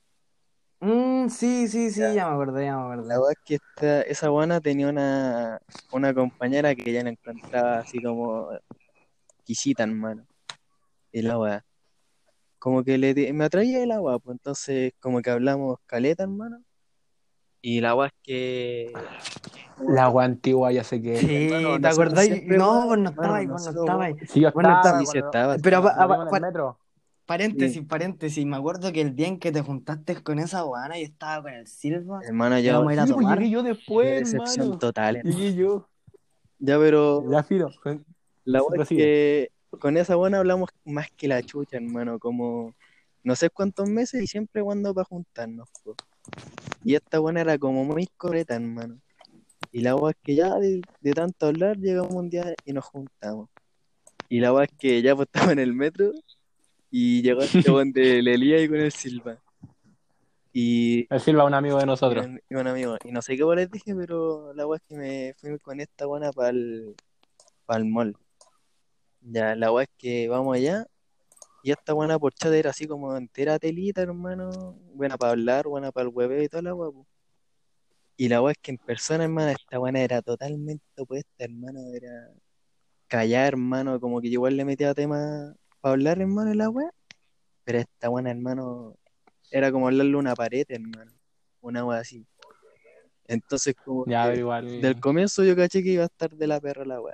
Sí, sí, Ya. sí, ya me acordé, ya me La acordé. weá es que esa buena tenía una compañera que ya la encontraba así como exquisita, hermano. Y la weá, como que me atraía el agua, pues entonces como que hablamos caleta, hermano. Y la weá es que, como La que, agua antigua ya sé que. hermano, Sí, ¿te nosotros acordáis? siempre, weá, No, pues no estaba hermano, ahí, pues no estaba ahí. Sí, yo Pues no estaba estaba. sí, sí estaba, sí Pero estaba. lo vimos en el metro. Sí, paréntesis, me acuerdo que el día en que te juntaste con esa guana y estaba con el Silva, hermano, yo, íbamos a ir a Sí, pues tomar. llegué yo qué después, decepción hermano. total, hermano. Llegué yo. Ya, pero Ya, filo. la weá es Prosigue. que con esa buena hablamos más que la chucha, hermano, como no sé cuántos meses y siempre cuando para juntarnos, po. Y esta buena era como muy coreta, hermano. Y la weá es que ya de tanto hablar llegamos un día y nos juntamos. Y la weá es que ya pues estaba en el metro y llegó este weón de Elías y con el Silva. Y, El Silva, un amigo de y, nosotros. un, y un amigo. Y no sé qué weá les dije, pero la weá es que me fui con esta buena para el mall. Ya, la weá es que vamos allá. Y esta buena por chat era así como entera telita, hermano. Buena para hablar, buena para el hueveo y toda la weá, po. Y la weá es que en persona, hermano, esta buena era totalmente opuesta, hermano. Era callar, hermano, como que yo igual le metía temas para hablar, hermano, y la weá. Pero esta buena, hermano, era como hablarle a una pared, hermano. Una weá así. Entonces, como Ya, que pero del igual. comienzo yo caché que iba a estar de la perra la weá.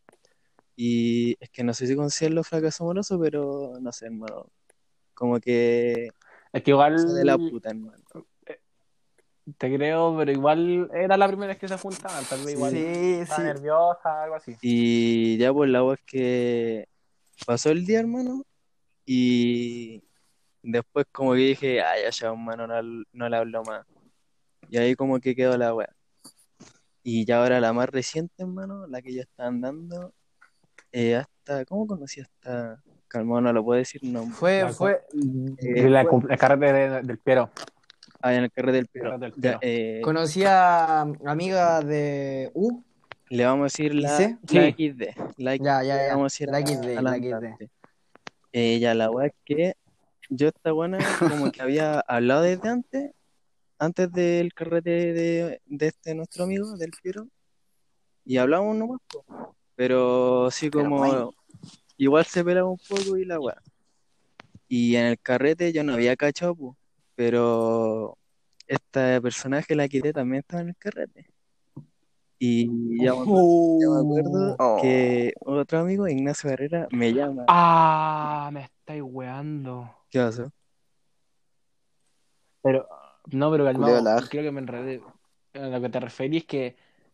Y es que no sé si considero fracaso amoroso, pero no sé, hermano. Como que Es que cosa de la igual. puta, hermano. Te creo, pero igual era la primera vez que se juntaban. Tal vez igual Sí. Sí, estaba sí. nerviosa, algo así. Y ya pues la weá es que pasó el día, hermano, y después como que dije, ay, ya, hermano, no le hablo más. Y ahí como que quedó la weá. Y ya ahora la más reciente, hermano, la que ya está andando, ¿cómo conocí hasta? Calmado, no lo puedo decir nombre. El carrete del Piero. En el carrete del Piero. Carrete del Ya, Piero. Conocí a amiga de U le vamos a decir y C. la Sí. XD. La XD, Ya, le vamos a decir La XD, a la la XD. andante. Ya, la weá es que yo esta buena como que había hablado desde antes del carrete de este nuestro amigo, del Piero, y hablamos nomás, po. Pero sí Pero bueno, como igual se pelaba un poco y la weá. Y en el carrete yo no había cachado, po, pero esta personaje, la quité, también estaba en el carrete. Y ya me acuerdo oh, que otro amigo, Ignacio Herrera, me llama. Ah, me estáis weando. ¿Qué pasó? Pero, no, pero culeo calmado, lag. creo que me enredé. A lo que te referís es que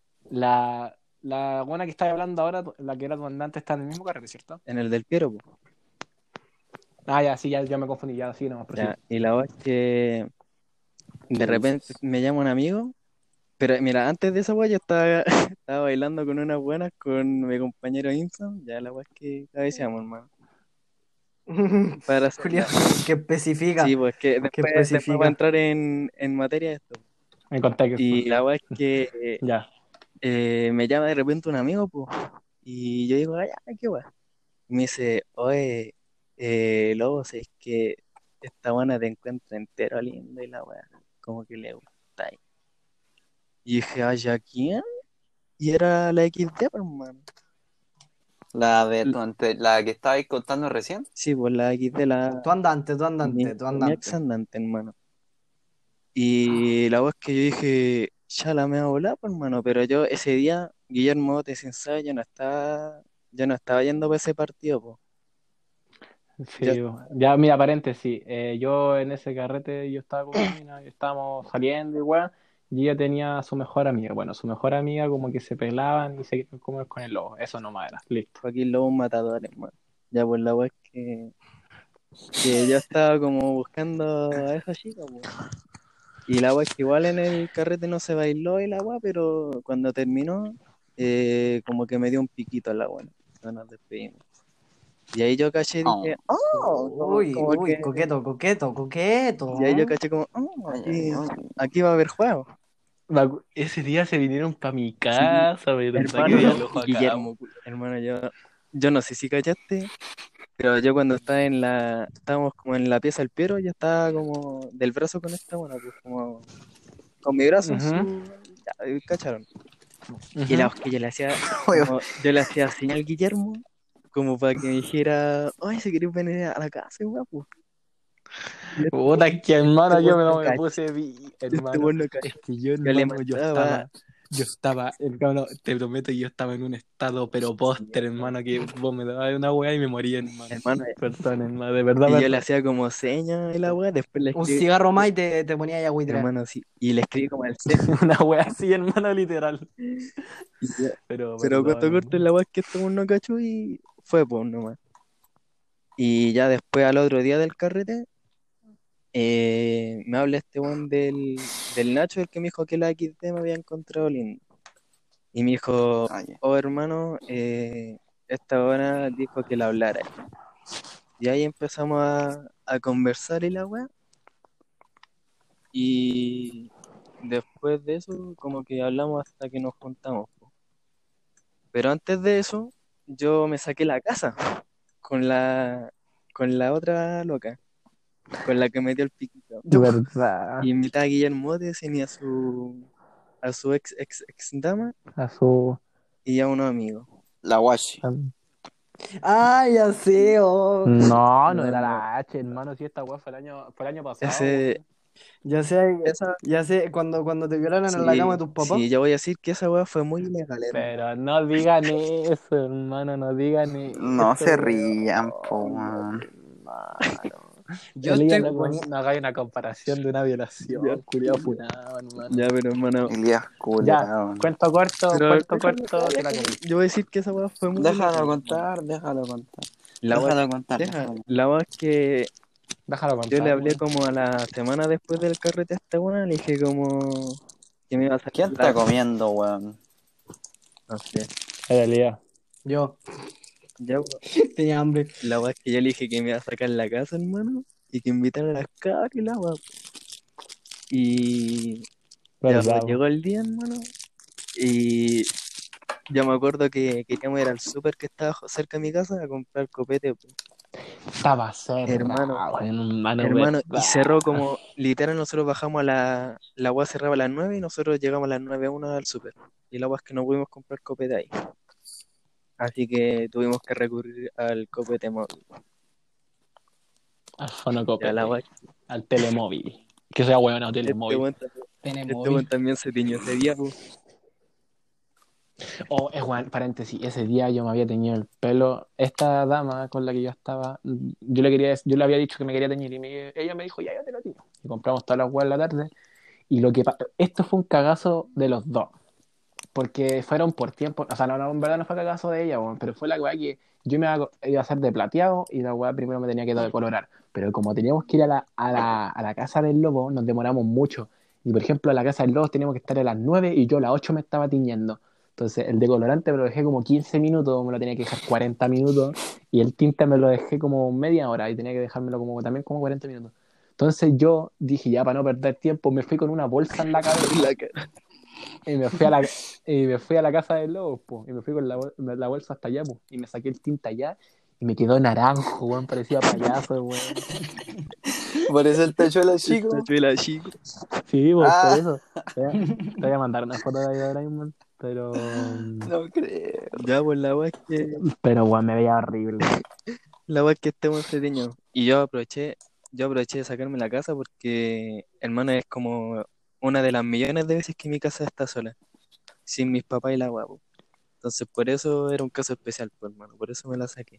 la buena que estás hablando ahora, la que era tu andante, está en el mismo carrete, ¿cierto? En el del Piero, po. Ah, ya, sí, ya me confundí, ya, sí, no, pero Ya, sí. y la verdad es que de ¿Qué repente dices? me llama un amigo, pero mira, antes de esa weá yo estaba, estaba bailando con unas buenas con mi compañero Inson, ya la weá es que cabeceamos, hermano. Para Julio, hacerla. que especifica, Sí, pues que que después va a especifica. entrar en materia esto. En contexto. Y la weá es que Ya. me llama de repente un amigo, pues, y yo digo, ay, ya, qué weá. Y me dice, oye, Lobo, si es que esta buena te encuentra entero lindo y la weá, como que le gusta. Y dije, ay, ¿a quién? Y era la XD, pues, hermano. L- La que estabais contando recién. Sí, pues la XD, Tu mi ex andante. andante, hermano. Y la weá es que yo dije, ya la me va a volar, pues, hermano. Pero yo ese día, Guillermo, te sincero, yo no estaba yendo para ese partido, pues. Yo, Sí, ya, mira, paréntesis. Yo en ese carrete, yo estaba con una mina, y estábamos saliendo igual, y ella tenía a su mejor amiga. Bueno, su mejor amiga como que se pelaban y se querían comer con el lobo. Eso nomás era, listo. Joaquín Lobo un matador, hermano. Ya, pues la weá es que yo estaba como buscando a esa chica, po. Y la weá es que igual en el carrete no se bailó y la weá, pero cuando terminó, como que me dio un piquito a la weá. No nos despedimos. Y ahí yo caché y dije, Oh, oh, Uy, como uy, que, coqueto. y ahí yo caché como, oh, ay, ay, aquí va a haber juego. Ese día se vinieron para mi Sí, casa, ¿verdad? Que hermano, día loco y acá. Guillermo, hermano, yo no sé si cachaste, pero yo cuando estaba estábamos como en la pieza del Piero, yo estaba como del brazo con esta buena, pues como con mi brazo en Ujú, ya, ¿cacharon? Y la ujú. voz que yo le hacía, Oye, como, yo le hacía señal al Guillermo, como para que me dijera, ay, si querés venir a la casa, guapo. Y Puta, es que hermano, yo weón no no me cacha, puse este hermano. weón no Es cacha. que yo, Yo le hermano, mandaba, hermano, te prometo, yo estaba en un estado, pero sí, póster, hermano, que vos me dabas una weá y me moría, hermano. hermano, Perdón, hermano, de verdad, y yo le perdón. hacía como señas y la weá, después le Un escribí, cigarro más y te ponía ahí a buitrear. hermano, sí, y le escribí como el C. Una weá así, hermano, literal. Y ya, Pero pero perdón, cuando corto hermano. la weá es que este weón no cachó y fue pues nomás. Y ya después al otro día del carrete, me habla este weón del Nacho, el que me dijo que la XD me había encontrado lindo. Y me dijo, oye, oh hermano, esta hora dijo que la hablara. Y ahí empezamos a conversar y la weá. Y después de eso, como que hablamos hasta que nos juntamos, po. Pero antes de eso, yo me saqué la casa con con la otra loca, con la que me dio el piquito. ¿Verdad? Y invité a Guillermo y a su ex dama A su... y a unos amigos. la Washi. Ah, ya sé, oh. No, no No, era no. la H, hermano, si esta weá fue el año pasado, Ese, weón. esa, Ya sé, cuando te violaron en la cama de tus papás. sí, yo voy a decir que esa weá fue muy ilegal, hermano. Pero no digan eso, hermano, no digan No eso, se rían, po, weón. weón. Hermano. Yo Elías, estoy no, poniendo. no hagáis una comparación de una Ya, violación, culiao funado, hermano. ya, pero hermano, Elías Ya, culeado. pero cuento corto, te la comí. yo voy a decir que esa weá fue muy Déjalo ilegal, hermano. contar, déjalo contar. La weá, Déjalo contar, déjalo contar. la weá es que Déjalo yo le contar, hablé weón. como a la semana después del carrete a esta weá, le dije como que me iba a sacar ¿Quién está comiendo, weón? no sé. Era Elías. Yo. Ya, po, Tenía hambre. la weá es que yo le dije que me iba a sacar la casa, hermano, y que invitara a las cabras y la weá. Y ya, pues ¿Verdad? llegó el día, hermano, y yo me acuerdo que queríamos ir al súper que estaba cerca de mi casa a comprar copete, pues. Estaba Hermano, cerrado, hermano, hermano, y cerró ¿verdad? como, literal, nosotros bajamos a la weá cerraba a las 9 y nosotros llegamos a las 9:01 al súper. Y la weá es que no pudimos comprar copete ahí. Así que tuvimos que recurrir al copete móvil. Al Ya la fonocopete, weá, al telemóvil. Que sea bueno, este telemóvil. weón también, Tiene este weón móvil. también se tiñó ese día, pues. Oh, Juan, paréntesis, ese día yo me había teñido el pelo. Esta dama con la que yo estaba, yo le había dicho que me quería teñir y ella me dijo, ya, yo te lo teño. Y compramos todas las weas en la tarde. Y esto fue un cagazo de los dos. Porque fueron por tiempo, o sea, no, en verdad no fue cagazo de ella, weón, pero fue la weá que yo iba a hacer de plateado y la weá primero me tenía que decolorar. Pero como teníamos que ir a la casa del lobo, nos demoramos mucho. Y por ejemplo, a la casa del lobo teníamos que estar a las 9 y yo a las 8 me estaba tiñendo. Entonces, el decolorante me lo dejé como 15 minutos, me lo tenía que dejar 40 minutos, y el tinte me lo dejé como media hora y tenía que dejármelo como también como 40 minutos. Entonces yo dije, ya para no perder tiempo, me fui con una bolsa en la cabeza La ca- y me fui a la casa de lobos, po, y me fui con la bolsa hasta allá, po, y me saqué el tinte allá, y me quedó naranjo, weón, parecía payaso, weón. Por eso el tachuelo Esta chico. chuela chico. Sí, pues, por Ah, eso. Te voy a mandar una foto de ahí ahora mismo, no creo. Ya, pues pero, weón, me veía horrible. la weá es que este weón se tiñó. Y yo aproveché de sacarme la casa porque, hermano, es como una de las millones de veces que mi casa está sola, sin mis papás y la weá, po. Entonces, por eso era un caso especial, pues, hermano, por eso me la saqué.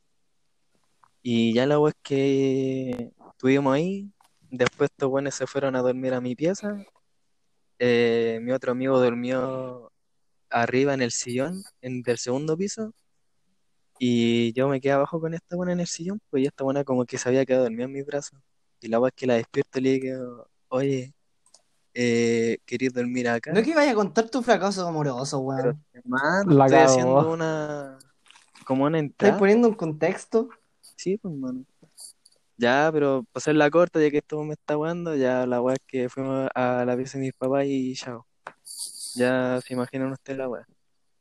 Y ya la weá es que estuvimos ahí, después estos weones se fueron a dormir a mi pieza, mi otro amigo durmió arriba en el sillón del segundo piso, y yo me quedé abajo con esta buena en el sillón, pues y esta buena como que se había quedado dormida en mis brazos. Y la weá es que la despierto y le digo, oye, ¿queréis dormir No es acá? que vaya a contar tu fracaso amoroso, Pero weón. hermano, La estoy cagó. haciendo como una ¿Estáis entrada. poniendo un contexto? Sí, pues hermano. Ya, pero para hacer la corta, ya que esto me está jugando, ya la weá es que fuimos a la pieza de mis papás y chao. Ya se imaginan ustedes la weá.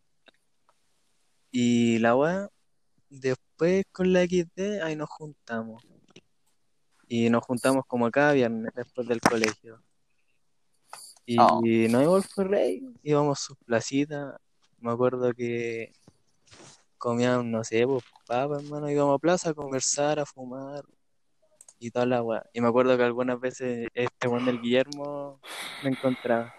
Y la weá, después con la XD, ahí nos juntamos. Y nos juntamos como cada viernes después del colegio. Oh, Y no íbamos por rey, íbamos a sus placitas. Me acuerdo que comían, no sé, pues papas, hermano, íbamos a plaza a conversar, a fumar y toda la weá. Y me acuerdo que algunas veces este Juan del Guillermo me encontraba.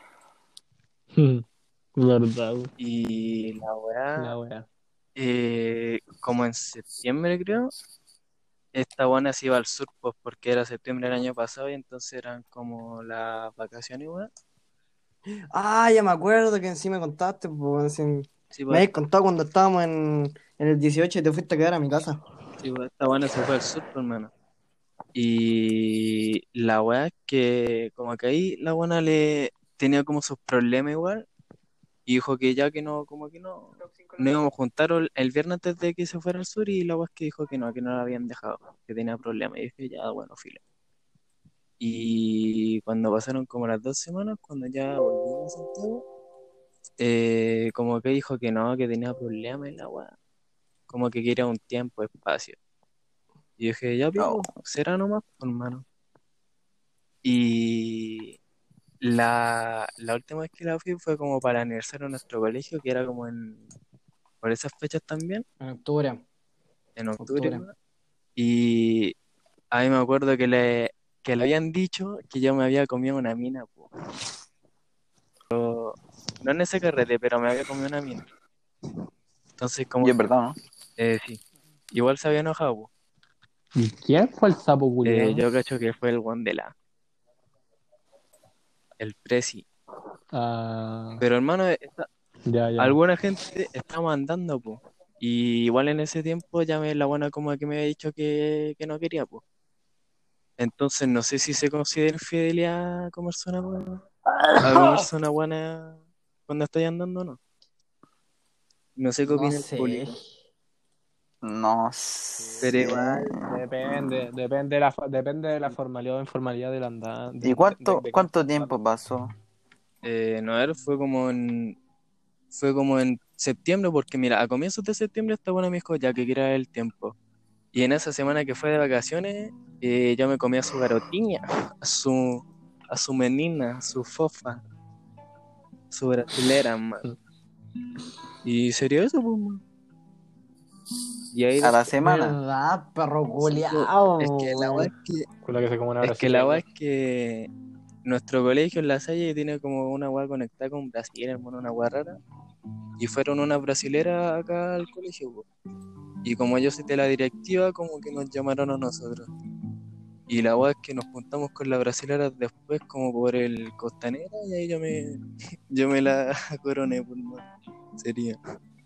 Verdad, weón. Y la weá, La wea. como en septiembre creo, esta buena se iba al sur, pues porque era septiembre del año pasado y entonces eran como las vacaciones, weá. Ah, ya me acuerdo que en sí me contaste, pues, weón, sí. Sí, Me pues, habías contado cuando estábamos en el 18 y te fuiste a quedar a mi casa. sí, pues, esta buena se fue al sur, pues, hermano. Y la weá es que como que ahí la buena le tenía como sus problemas igual y dijo que ya que no, como que no íbamos a juntar el viernes antes de que se fuera al sur y la weá es que dijo que no la habían dejado, que tenía problemas. Y dije, ya, bueno, filo. Y cuando pasaron como las 2 semanas, cuando ya volvimos a Santiago, como que dijo que no, que tenía problemas en la weá, como que quería un tiempo, espacio. Y dije, ya, oh. pico, será nomás, pues, hermano. Y la última vez que la fui fue como para el aniversario de nuestro colegio, que era como por esas fechas también, En octubre. en octubre, Octubre. weón. Y ahí me acuerdo que le habían dicho que yo me había comido una mina, po. No en ese carrete, pero me había comido una mina. Entonces, Y como es que, verdad, ¿no? sí, igual se había enojado, po. ¿Y quién fue el sapo culiao? Yo cacho que fue el guan el Prezi. Ah, Pero hermano, ya, ya. alguna gente está mandando, po. Y igual en ese tiempo ya la buena como que me había dicho que no quería, po. Entonces no sé si se considera infidelidad a comerse una buena cuando estoy andando o no. No sé qué No opina el sé. público. No Pero sé. igual, Depende de la formalidad o informalidad del andante. ¿Y cuánto tiempo pasó? no, a ver, fue como en septiembre, porque mira, a comienzos de septiembre esta buena me dijo ya que quiera el tiempo. Y en esa semana que fue de vacaciones, yo me comí a su garotiña, a su menina, a su fofa, su brasilera, man. Y sería eso, pues, man. Y ahí ¿A la después, semana? ¿Verdad, perro sí, po, es que la weá culiao? Con la que se come una es que la weá brasileña. es que nuestro colegio en La Salle tiene como una weá conectada con Brasil, hermano, una weá rara. Y fueron unas brasileras acá al colegio, po. Y como yo soy de la directiva, como que nos llamaron a nosotros. Y la weá es que nos juntamos con las brasileras después, como por el Costanera, y ahí yo me la coroné, por más. Sería.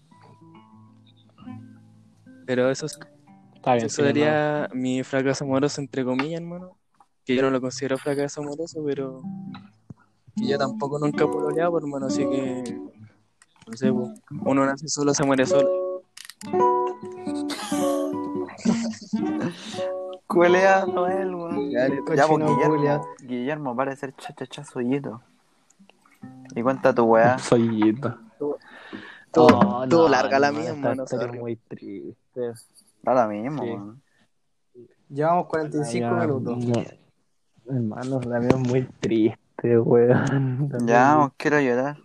Pero Está bien, eso sí, hermano. sería mi fracaso amoroso, entre comillas, hermano. Que yo no lo considero fracaso amoroso, pero que yo tampoco nunca he pololeado, hermano, así que, no sé, po. Uno nace solo, se muere solo. Culea Noel, weón. Dale, Ya, pues, Cochino culiao. Guillermo, para de ser chachachazollito. Y cuenta tu weá. Soyito. todo, todo, Oh, todo no, larga la hermano, mía, esta hermano, historia es sorry. muy triste. Ahora mismo, Sí. weón. Llevamos La 45 mía, minutos. no, hermano, la mía es muy triste, weón. La mía es Ya, muy... os quiero llorar.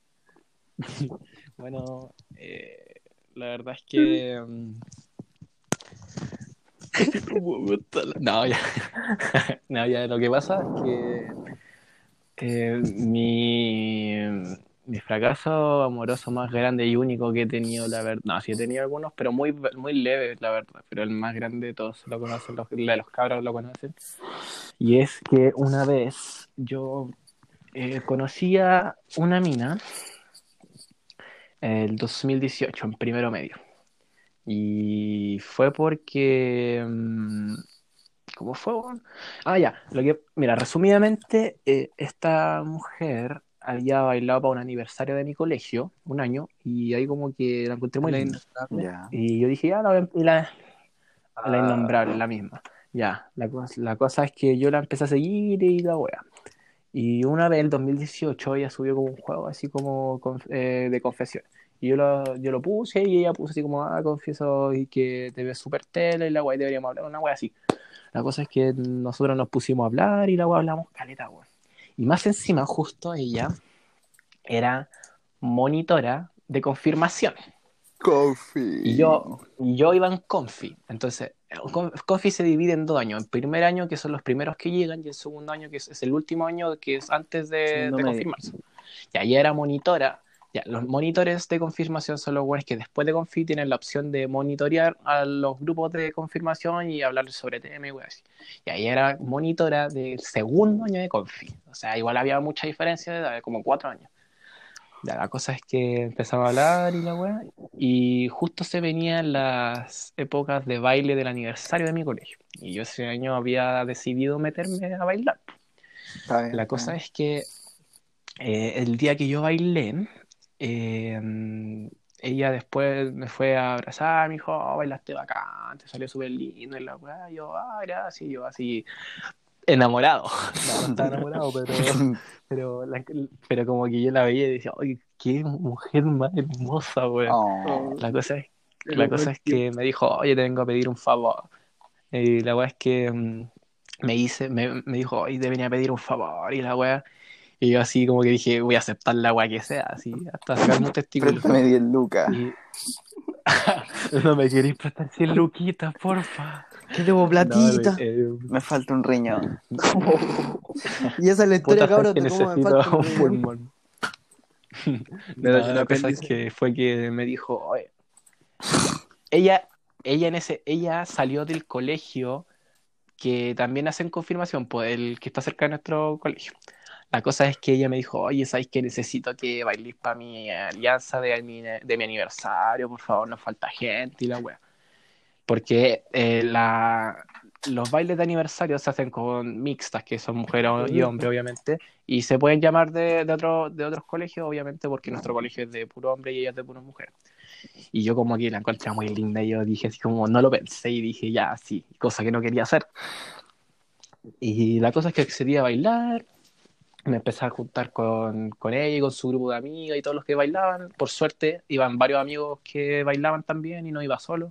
Bueno, la verdad es que... No, ya. No, ya, lo que pasa es que mi fracaso amoroso más grande y único que he tenido, la verdad, no, sí he tenido algunos, pero muy, muy leves, la verdad, pero el más grande todos lo conocen, los cabros lo conocen, y es que una vez yo conocí a una mina el 2018, en primero medio, y fue porque... ¿Cómo fue, weón? Ah, ya. Mira, resumidamente, esta mujer había bailado para un aniversario de mi colegio, un año, y ahí como que la encontré muy La linda. innombrable. Ya. Y yo dije, ya, la innombrable, la misma. Ya, la cosa es que yo la empecé a seguir y la wea. Y una vez, en el 2018, ella subió como un juego así como de confesión. Y yo lo puse y ella puso así como, confieso y que te ves súper tele y la wea, y deberíamos hablar, una wea así. La cosa es que nosotros nos pusimos a hablar y la weá hablamos caleta, weón. Y más encima, justo ella era monitora de confirmación. Y Coffee. yo iba en Confi. Entonces, Confi se divide en 2 años. El primer año, que son los primeros que llegan, y el segundo año, que es el último año, que es antes Segundo de medio. confirmarse. Y ahí era monitora. Ya, los monitores de confirmación son los buenos que después de Confi tienen la opción de monitorear a los grupos de confirmación y hablar sobre temas y weas así. Y ahí era monitora del segundo año de Confi. O sea, igual había mucha diferencia de edad, como 4 años. Ya, la cosa es que empezaba a hablar y la wea, y justo se venían las épocas de baile del aniversario de mi colegio. Y yo ese año había decidido meterme a bailar. Está bien, La está cosa bien. es que el día que yo bailé, eh, ella después me fue a abrazar, me dijo, "Oh, bailaste bacán, te salió súper lindo", y la weá, y yo, gracias, y yo así, enamorado. No, no estaba enamorado, pero, pero como que yo la veía y decía, ¡ay, qué mujer más hermosa, weón! Oh, Oh, La cosa es, pero la ¿por cosa es qué? que me dijo, oye, te vengo a pedir un favor. Y la weá es que me dijo, oye, te venía a pedir un favor, y la weá. Y yo así como que dije, voy a aceptar la weá que sea, así, hasta sacarme un testículo. préstame 10 lucas. Y no me queréis prestar 100 luquitas, porfa. ¿Qué debo No, platita? Me falta un riñón. Y esa es la puta, historia, sabes cabros, que de cómo me necesito falta un un riñón. pulmón. Me No, doy un la cosa es apéndice. que fue que me dijo, oye, ella, ella salió del colegio que también hacen confirmación, pues el que está cerca de nuestro colegio. La cosa es que ella me dijo, oye, ¿sabes que necesito que bailes para mi alianza de mi aniversario? Por favor, nos falta gente y la wea. Porque los bailes de aniversario se hacen con mixtas, que son mujer y hombre, obviamente, y se pueden llamar de otros colegios, obviamente, porque nuestro colegio es de puro hombre y ella es de puro mujer. Y yo como que la encontré muy linda y yo dije así como, no lo pensé y dije ya, sí, cosa que no quería hacer. Y la cosa es que accedí a bailar, me empecé a juntar con ella y con su grupo de amigas y todos los que bailaban. Por suerte iban varios amigos que bailaban también y no iba solo.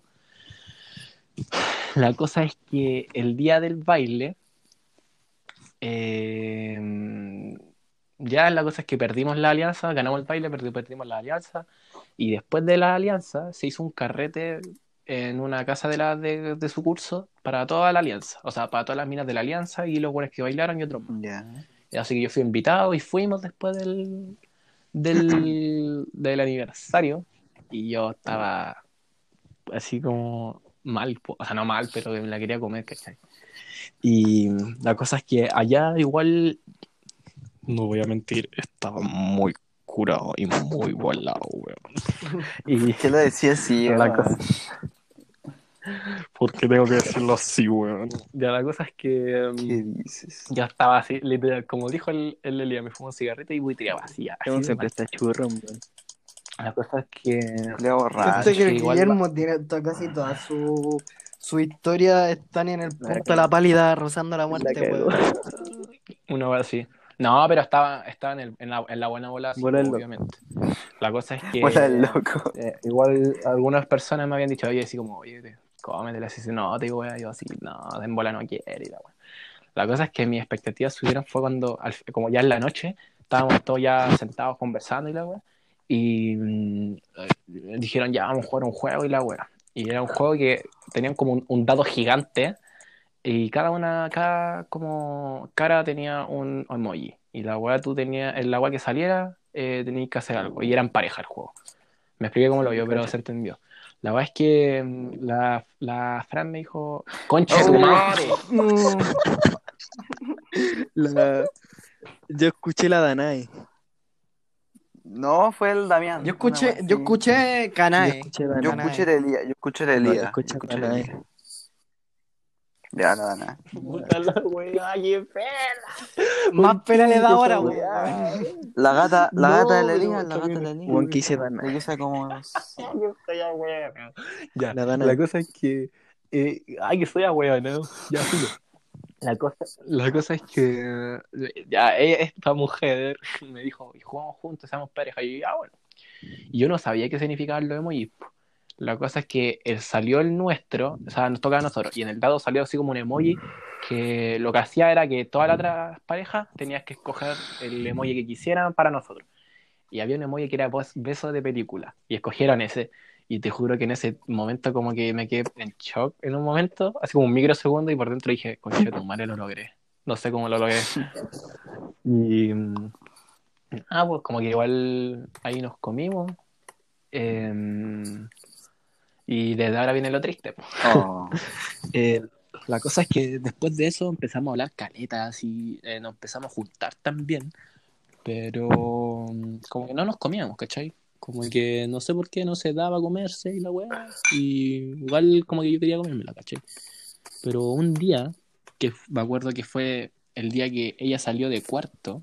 La cosa es que el día del baile, ya la cosa es que perdimos la alianza, ganamos el baile, perdimos la alianza. Y después de la alianza se hizo un carrete en una casa de su curso para toda la alianza. O sea, para todas las minas de la alianza y los buenos que bailaron y otros más. Ya. Así que yo fui invitado y fuimos después del aniversario. Y yo estaba así como mal, o sea, no mal, pero me la quería comer, ¿cachai? Y la cosa es que allá igual, no voy a mentir, estaba muy curado y muy volado, weón. Y ¿Qué lo decía así, la weón? cosa, ¿por qué tengo que decirlo así, weón? Ya la cosa es que ¿Qué dices? ya estaba así, literal, como dijo el Elia, me fumó un cigarrito y buitría vacía, así Como de siempre mal. está churro, weón. La cosa es que Leo borracho. Este que el igual Guillermo tiene casi toda su historia están en el punto de la pálida rozando la muerte, cagó. weón. una vez así. No, pero estaba en la buena bola, sí, Bola pues, del loco. obviamente. La cosa es Hola, que loco. igual algunas personas me habían dicho, oye, así como, oye, cómetela, así, no, te digo, wea, yo así, no, en bola no quiero, y la wea. La cosa es que mis expectativas subieron fue cuando, como ya en la noche, estábamos todos ya sentados conversando y la wea, y dijeron, ya, vamos a jugar un juego y la wea. Y era un juego que tenían como un dado gigante y cada como cara tenía un emoji. Y la weá tú tenías, en la weá que saliera, tenías que hacer algo. Y eran pareja el juego. Me expliqué cómo lo vio, pero se entendió. La weá es que la Fran me dijo, conche tu madre. La... Yo escuché la Danae. No, fue el Damián. Yo una wea así. escuché Yo Canae. escuché Yo Danae. escuché Canae. el Elías. Yo escuché el No, yo Elías. escuché Yo escuché el Danae. Elías. Ya, no, no. Puta la weá, qué pena. Más pena le da Esa ahora, weá. weón. La gata No, de pero Elías, la que a mí gata me de Elías. Weón, que escucha. hice La Danae. que usa como... Yo estoy a weá. Ya, La la Danae. cosa es que. Ay, que soy a weá, ¿no? Ya, filo. La cosa es que ya esta mujer me dijo, y jugamos juntos, seamos pareja. Y yo, ya, bueno. Y yo no sabía qué significaban los emojis. Po. La cosa es que salió el nuestro, o sea, nos toca a nosotros, y en el dado salió así como un emoji que lo que hacía era que todas las otras parejas tenías que escoger el emoji que quisieran para nosotros. Y había un emoji que era beso de película, y escogieron ese. Y te juro que en ese momento como que me quedé en shock en un momento, así como un microsegundo, y por dentro dije, conche tu madre, lo logré. No sé cómo lo logré. Y pues como que igual ahí nos comimos. Y desde ahora viene lo triste. Po. Oh. La cosa es que después de eso empezamos a hablar caletas y nos empezamos a juntar también, pero como que no nos comíamos, ¿cachai? Como que no sé por qué no se daba a comerse y la weá, y igual como que yo quería comérmela, ¿cachai? Pero un día, que me acuerdo que fue el día que ella salió de cuarto,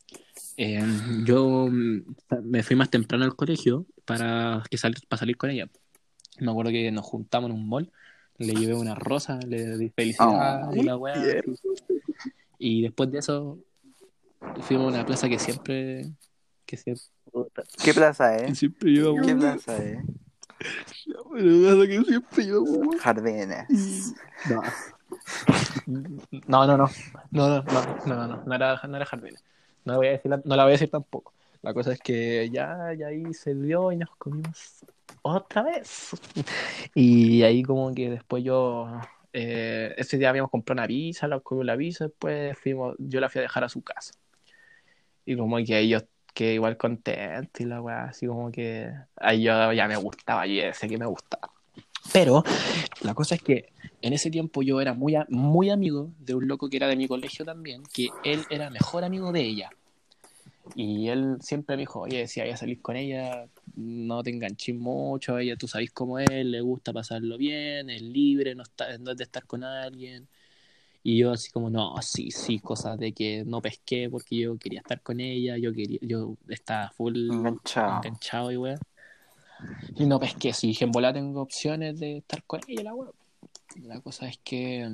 yo me fui más temprano al colegio para salir con ella. Me acuerdo que nos juntamos en un mall, le llevé una rosa, le di felicidad y la weá. Así. Y después de eso fuimos a una plaza que siempre, ¿Qué plaza, que eh? siempre íbamos. ¿Qué plaza, eh? Una plaza que siempre íbamos. Jardines. No. No, no, no. No era Jardines. No la voy a decir tampoco. La cosa es que ya ahí se dio y nos comimos otra vez. Y ahí como que después ese día habíamos comprado una pizza, la comimos la pizza, después yo la fui a dejar a su casa. Y como que ahí yo quedé igual contento y la weá, así como que ahí yo ya me gustaba, yo ya sé que me gustaba. Pero la cosa es que en ese tiempo yo era muy amigo de un loco que era de mi colegio también, que él era mejor amigo de ella. Y él siempre me dijo, oye, si vayas a salir con ella, no te enganches mucho, ella tú sabes cómo es, le gusta pasarlo bien, es libre, no es de estar con alguien. Y yo así como, no, sí, cosas de que no pesqué porque yo quería estar con ella, yo estaba full Enganchado. enganchado y weá. Y no pesqué, si dije en bola tengo opciones de estar con ella, la weá. La cosa es que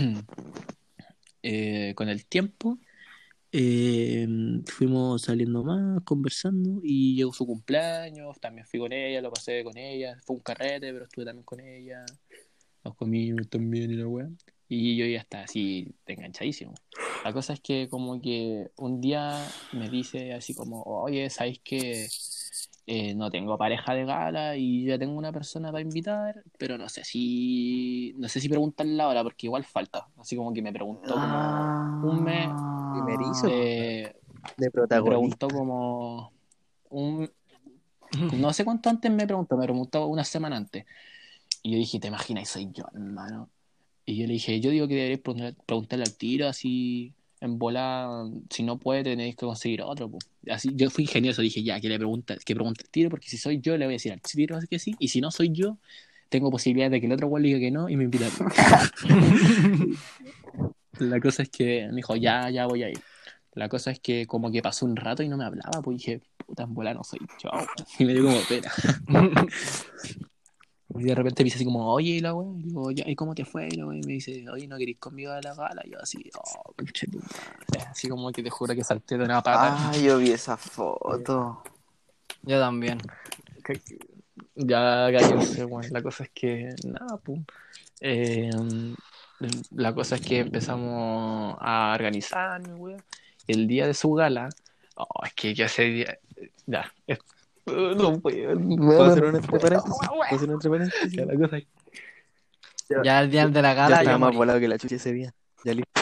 con el tiempo fuimos saliendo más, conversando y llegó su cumpleaños, también fui con ella, lo pasé con ella, fue un carrete, pero estuve también con ella, nos comimos también y la weá. Y yo ya estaba así enganchadísimo. La cosa es que como que un día me dice así como, oye, ¿sabéis que no tengo pareja de gala y ya tengo una persona para invitar, pero no sé si preguntarle ahora porque igual falta. Así como que me preguntó como un mes, Primerizo, eh, de me preguntó protagonista. como un, no sé cuánto antes me preguntó una semana antes. Y yo dije, ¿te imaginas? Soy yo, hermano. Y yo le dije, yo digo que deberéis preguntarle al tiro, así en bola, si no puede, tenéis que conseguir otro, po. Así, yo fui ingenioso, dije, ya, que pregunte al tiro, porque si soy yo, le voy a decir al tiro que sí, y si no soy yo, tengo posibilidad de que el otro güey le diga que no y me invita a mí. La cosa es que me dijo, ya, ya voy a ir. La cosa es que como que pasó un rato y no me hablaba, pues dije, puta, en bola no soy yo, weón. Y me dio como pena. Y de repente me dice así como, oye, y la wea, y digo, ya, ¿y cómo te fue? Y la wea, y me dice, oye, ¿no querés conmigo a la gala? Y yo así, oh, conche tu madre. Así como que te juro que salté de una pata. Ah, yo vi esa foto. Yo también. Que- Ya cállense, weón. La cosa es que, nada, pum. Eh, la cosa es que empezamos a organizarme, weón. El día de su gala, oh, es que ese día, ya, no puedo, ¿Puedo no, hacer no un entre puedo, paréntesis? ¿Puedo hacer un entre Ya, paréntesis? la cosa es Ya, Ya el día de la ya gala estaba yo más morí. volado que la chucha ese día. Ya listo.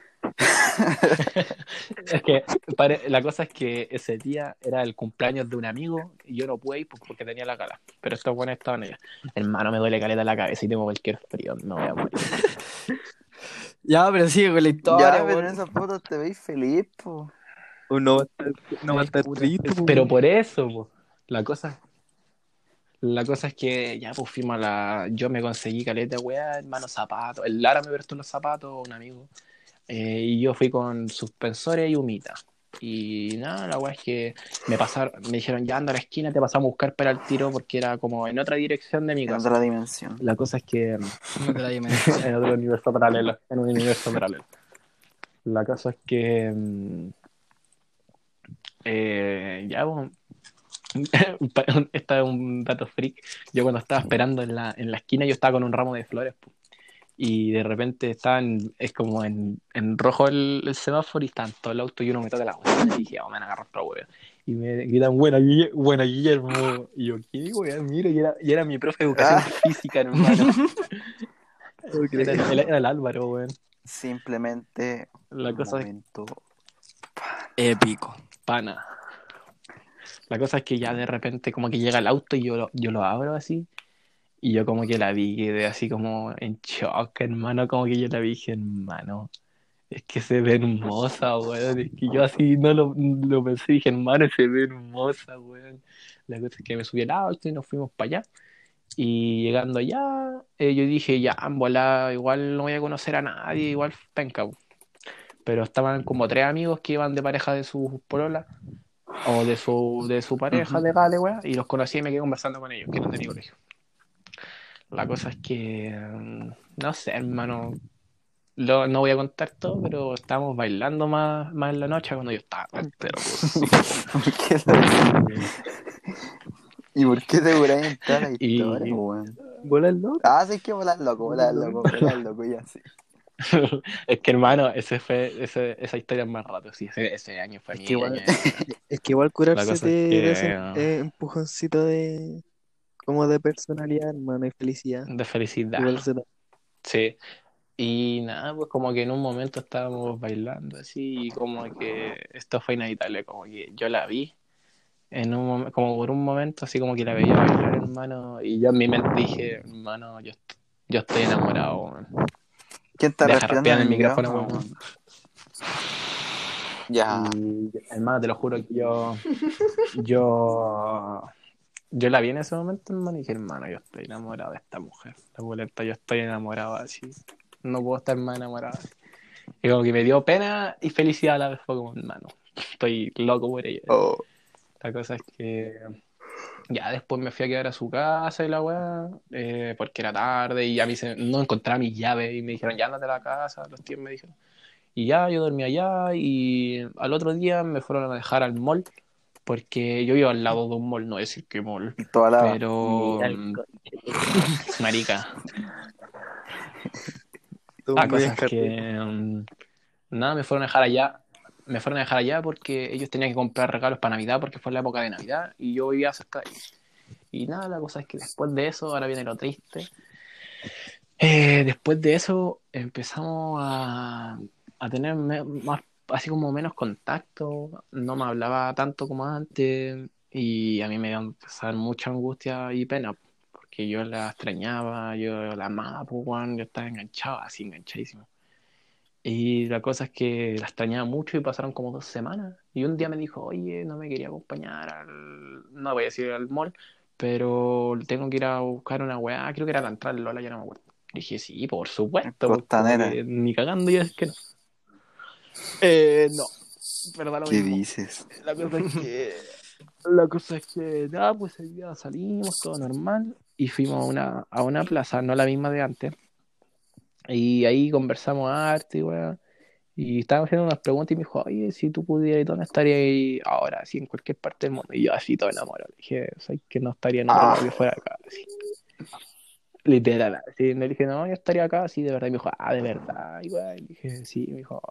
Es que la cosa es que ese día era el cumpleaños de un amigo y yo no pude ir porque tenía la gala. Pero estos buenos estaban allá. Hermano, me duele caleta la cabeza y tengo cualquier frío. Me voy a morir. Ya, pero sigue con la historia, Ya, pero en weón. esa foto te veis feliz, po. Uno va a estar, no va a estar Puta. triste, pues, Pero weón. por eso, po, la cosa es que ya pues fuimos a yo me conseguí caleta, weá, hermano, zapatos. El Lara me prestó los zapatos, un amigo. Y yo fui con suspensores y humita. Y nada, la weá es que me dijeron, ya anda a la esquina, te pasamos a buscar para el tiro porque era como en otra dirección de mi En casa. otra dimensión. La cosa es que No te la dimensión. en otro universo paralelo, en un universo paralelo. La cosa es que ya, bueno, esta es un dato freak. Yo cuando estaba esperando en la esquina, yo estaba con un ramo de flores, po. Y de repente es como en rojo el semáforo y están todo el auto y uno me toca la hueá. Y dije, oh, me van a agarrar para hueá. Y me gritan, buena Guillermo. Y yo, ¿qué weá? Mira, y era mi profe de educación Ah, física, hermano. No Era, creo. era el Álvaro, weón. simplemente La un cosa es momento. Épico. pana. La cosa es que ya de repente como que llega el auto y yo lo abro así. Y yo como que la vi, quedé así como en shock, hermano. Como que yo la vi y dije, hermano. Es que se ve hermosa, weón. Es que yo así no lo pensé, dije, hermano, se ve hermosa, weón. La cosa es que me subí al auto y nos fuimos para allá. Y llegando allá, yo dije, ya, en volada, igual no voy a conocer a nadie, igual penca, po. Pero estaban como tres amigos que iban de pareja de sus pololas, o de su pareja Ujú. de gale, weón, y los conocí y me quedé conversando con ellos, que eran de mi colegio. La cosa es que, no sé, hermano, no voy a contar todo, pero estábamos bailando más en la noche cuando yo estaba entero cocido. ¿Por qué ¿Y por qué te curáis en toda la historia, Y weón? Bola el loco. Ah, sí, que volar Bola loco, volar loco, ya sí. es que, hermano, esa historia es más rato, sí, ese año fue Es mi que año igual, de mi vida. es que igual La curarse cosa es te hace que empujoncito de como de personalidad, hermano, y felicidad. de felicidad, Igual se da. sí. Y nada, pues como que en un momento estábamos bailando así, y como que esto fue inevitable, como que yo la vi como por un momento, así como que la veía bailar, hermano, y yo en mi mente dije, hermano, yo estoy enamorado, weón. ¿Quién está Deja respirando respirar en en el el micrófono, micrófono, weón. weón? Ya. Y hermano, te lo juro que yo, yo la vi en ese momento, hermano, y dije, hermano, yo estoy enamorado de esta mujer, la boleta, yo estoy enamorado así, no puedo estar más enamorado. Y como que me dio pena y felicidad a la vez, fue como, hermano, estoy loco por ella. Oh. La cosa es que Ya después me fui a quedar a su casa y la weá, porque era tarde y a mí no encontraba mis llaves y me dijeron, ya andate a la casa, los tíos me dijeron. Y ya yo dormí allá y al otro día me fueron a dejar al mall, porque yo iba al lado de un mall, no decir qué mall, Toda la... pero Mira, el marica. tú La muy cosa es encarnado. que nada, me fueron a dejar allá porque ellos tenían que comprar regalos para Navidad porque fue la época de Navidad y yo vivía cerca de ellos. Y nada, la cosa es que después de eso, ahora viene lo triste. Después de eso empezamos a tener más, así como menos contacto, no me hablaba tanto como antes y a mí me iba a empezar mucha angustia y pena, porque yo la extrañaba, yo la amaba, pues, weón, yo estaba enganchado, así enganchadísimo. Y la cosa es que la extrañaba mucho y pasaron como 2 semanas. Y un día me dijo, oye, no me quería acompañar no voy a decir al mall, pero tengo que ir a buscar una weá, creo que era la entrada del Lola, ya no me acuerdo. Dije, sí, por supuesto, pues como Costanera. que ni cagando ya es que no. No, pero da lo ¿Qué mismo. dices? La cosa es que, nada, pues el día salimos, todo normal, y fuimos a una plaza, no la misma de antes. Y ahí conversamos arte, weá. Y estábamos haciendo unas preguntas y me dijo, oye, si tú pudieras, ¿dónde estaría ahí ahora? Así en cualquier parte del mundo. Y yo así todo enamorado. Le dije, ¿sabes que no estaría en otro lado que Ah, fuera acá? Así, literal. Así, le dije, no, yo estaría acá, así de verdad. Y me dijo, de verdad. Igual. Y dije, sí. Me dijo,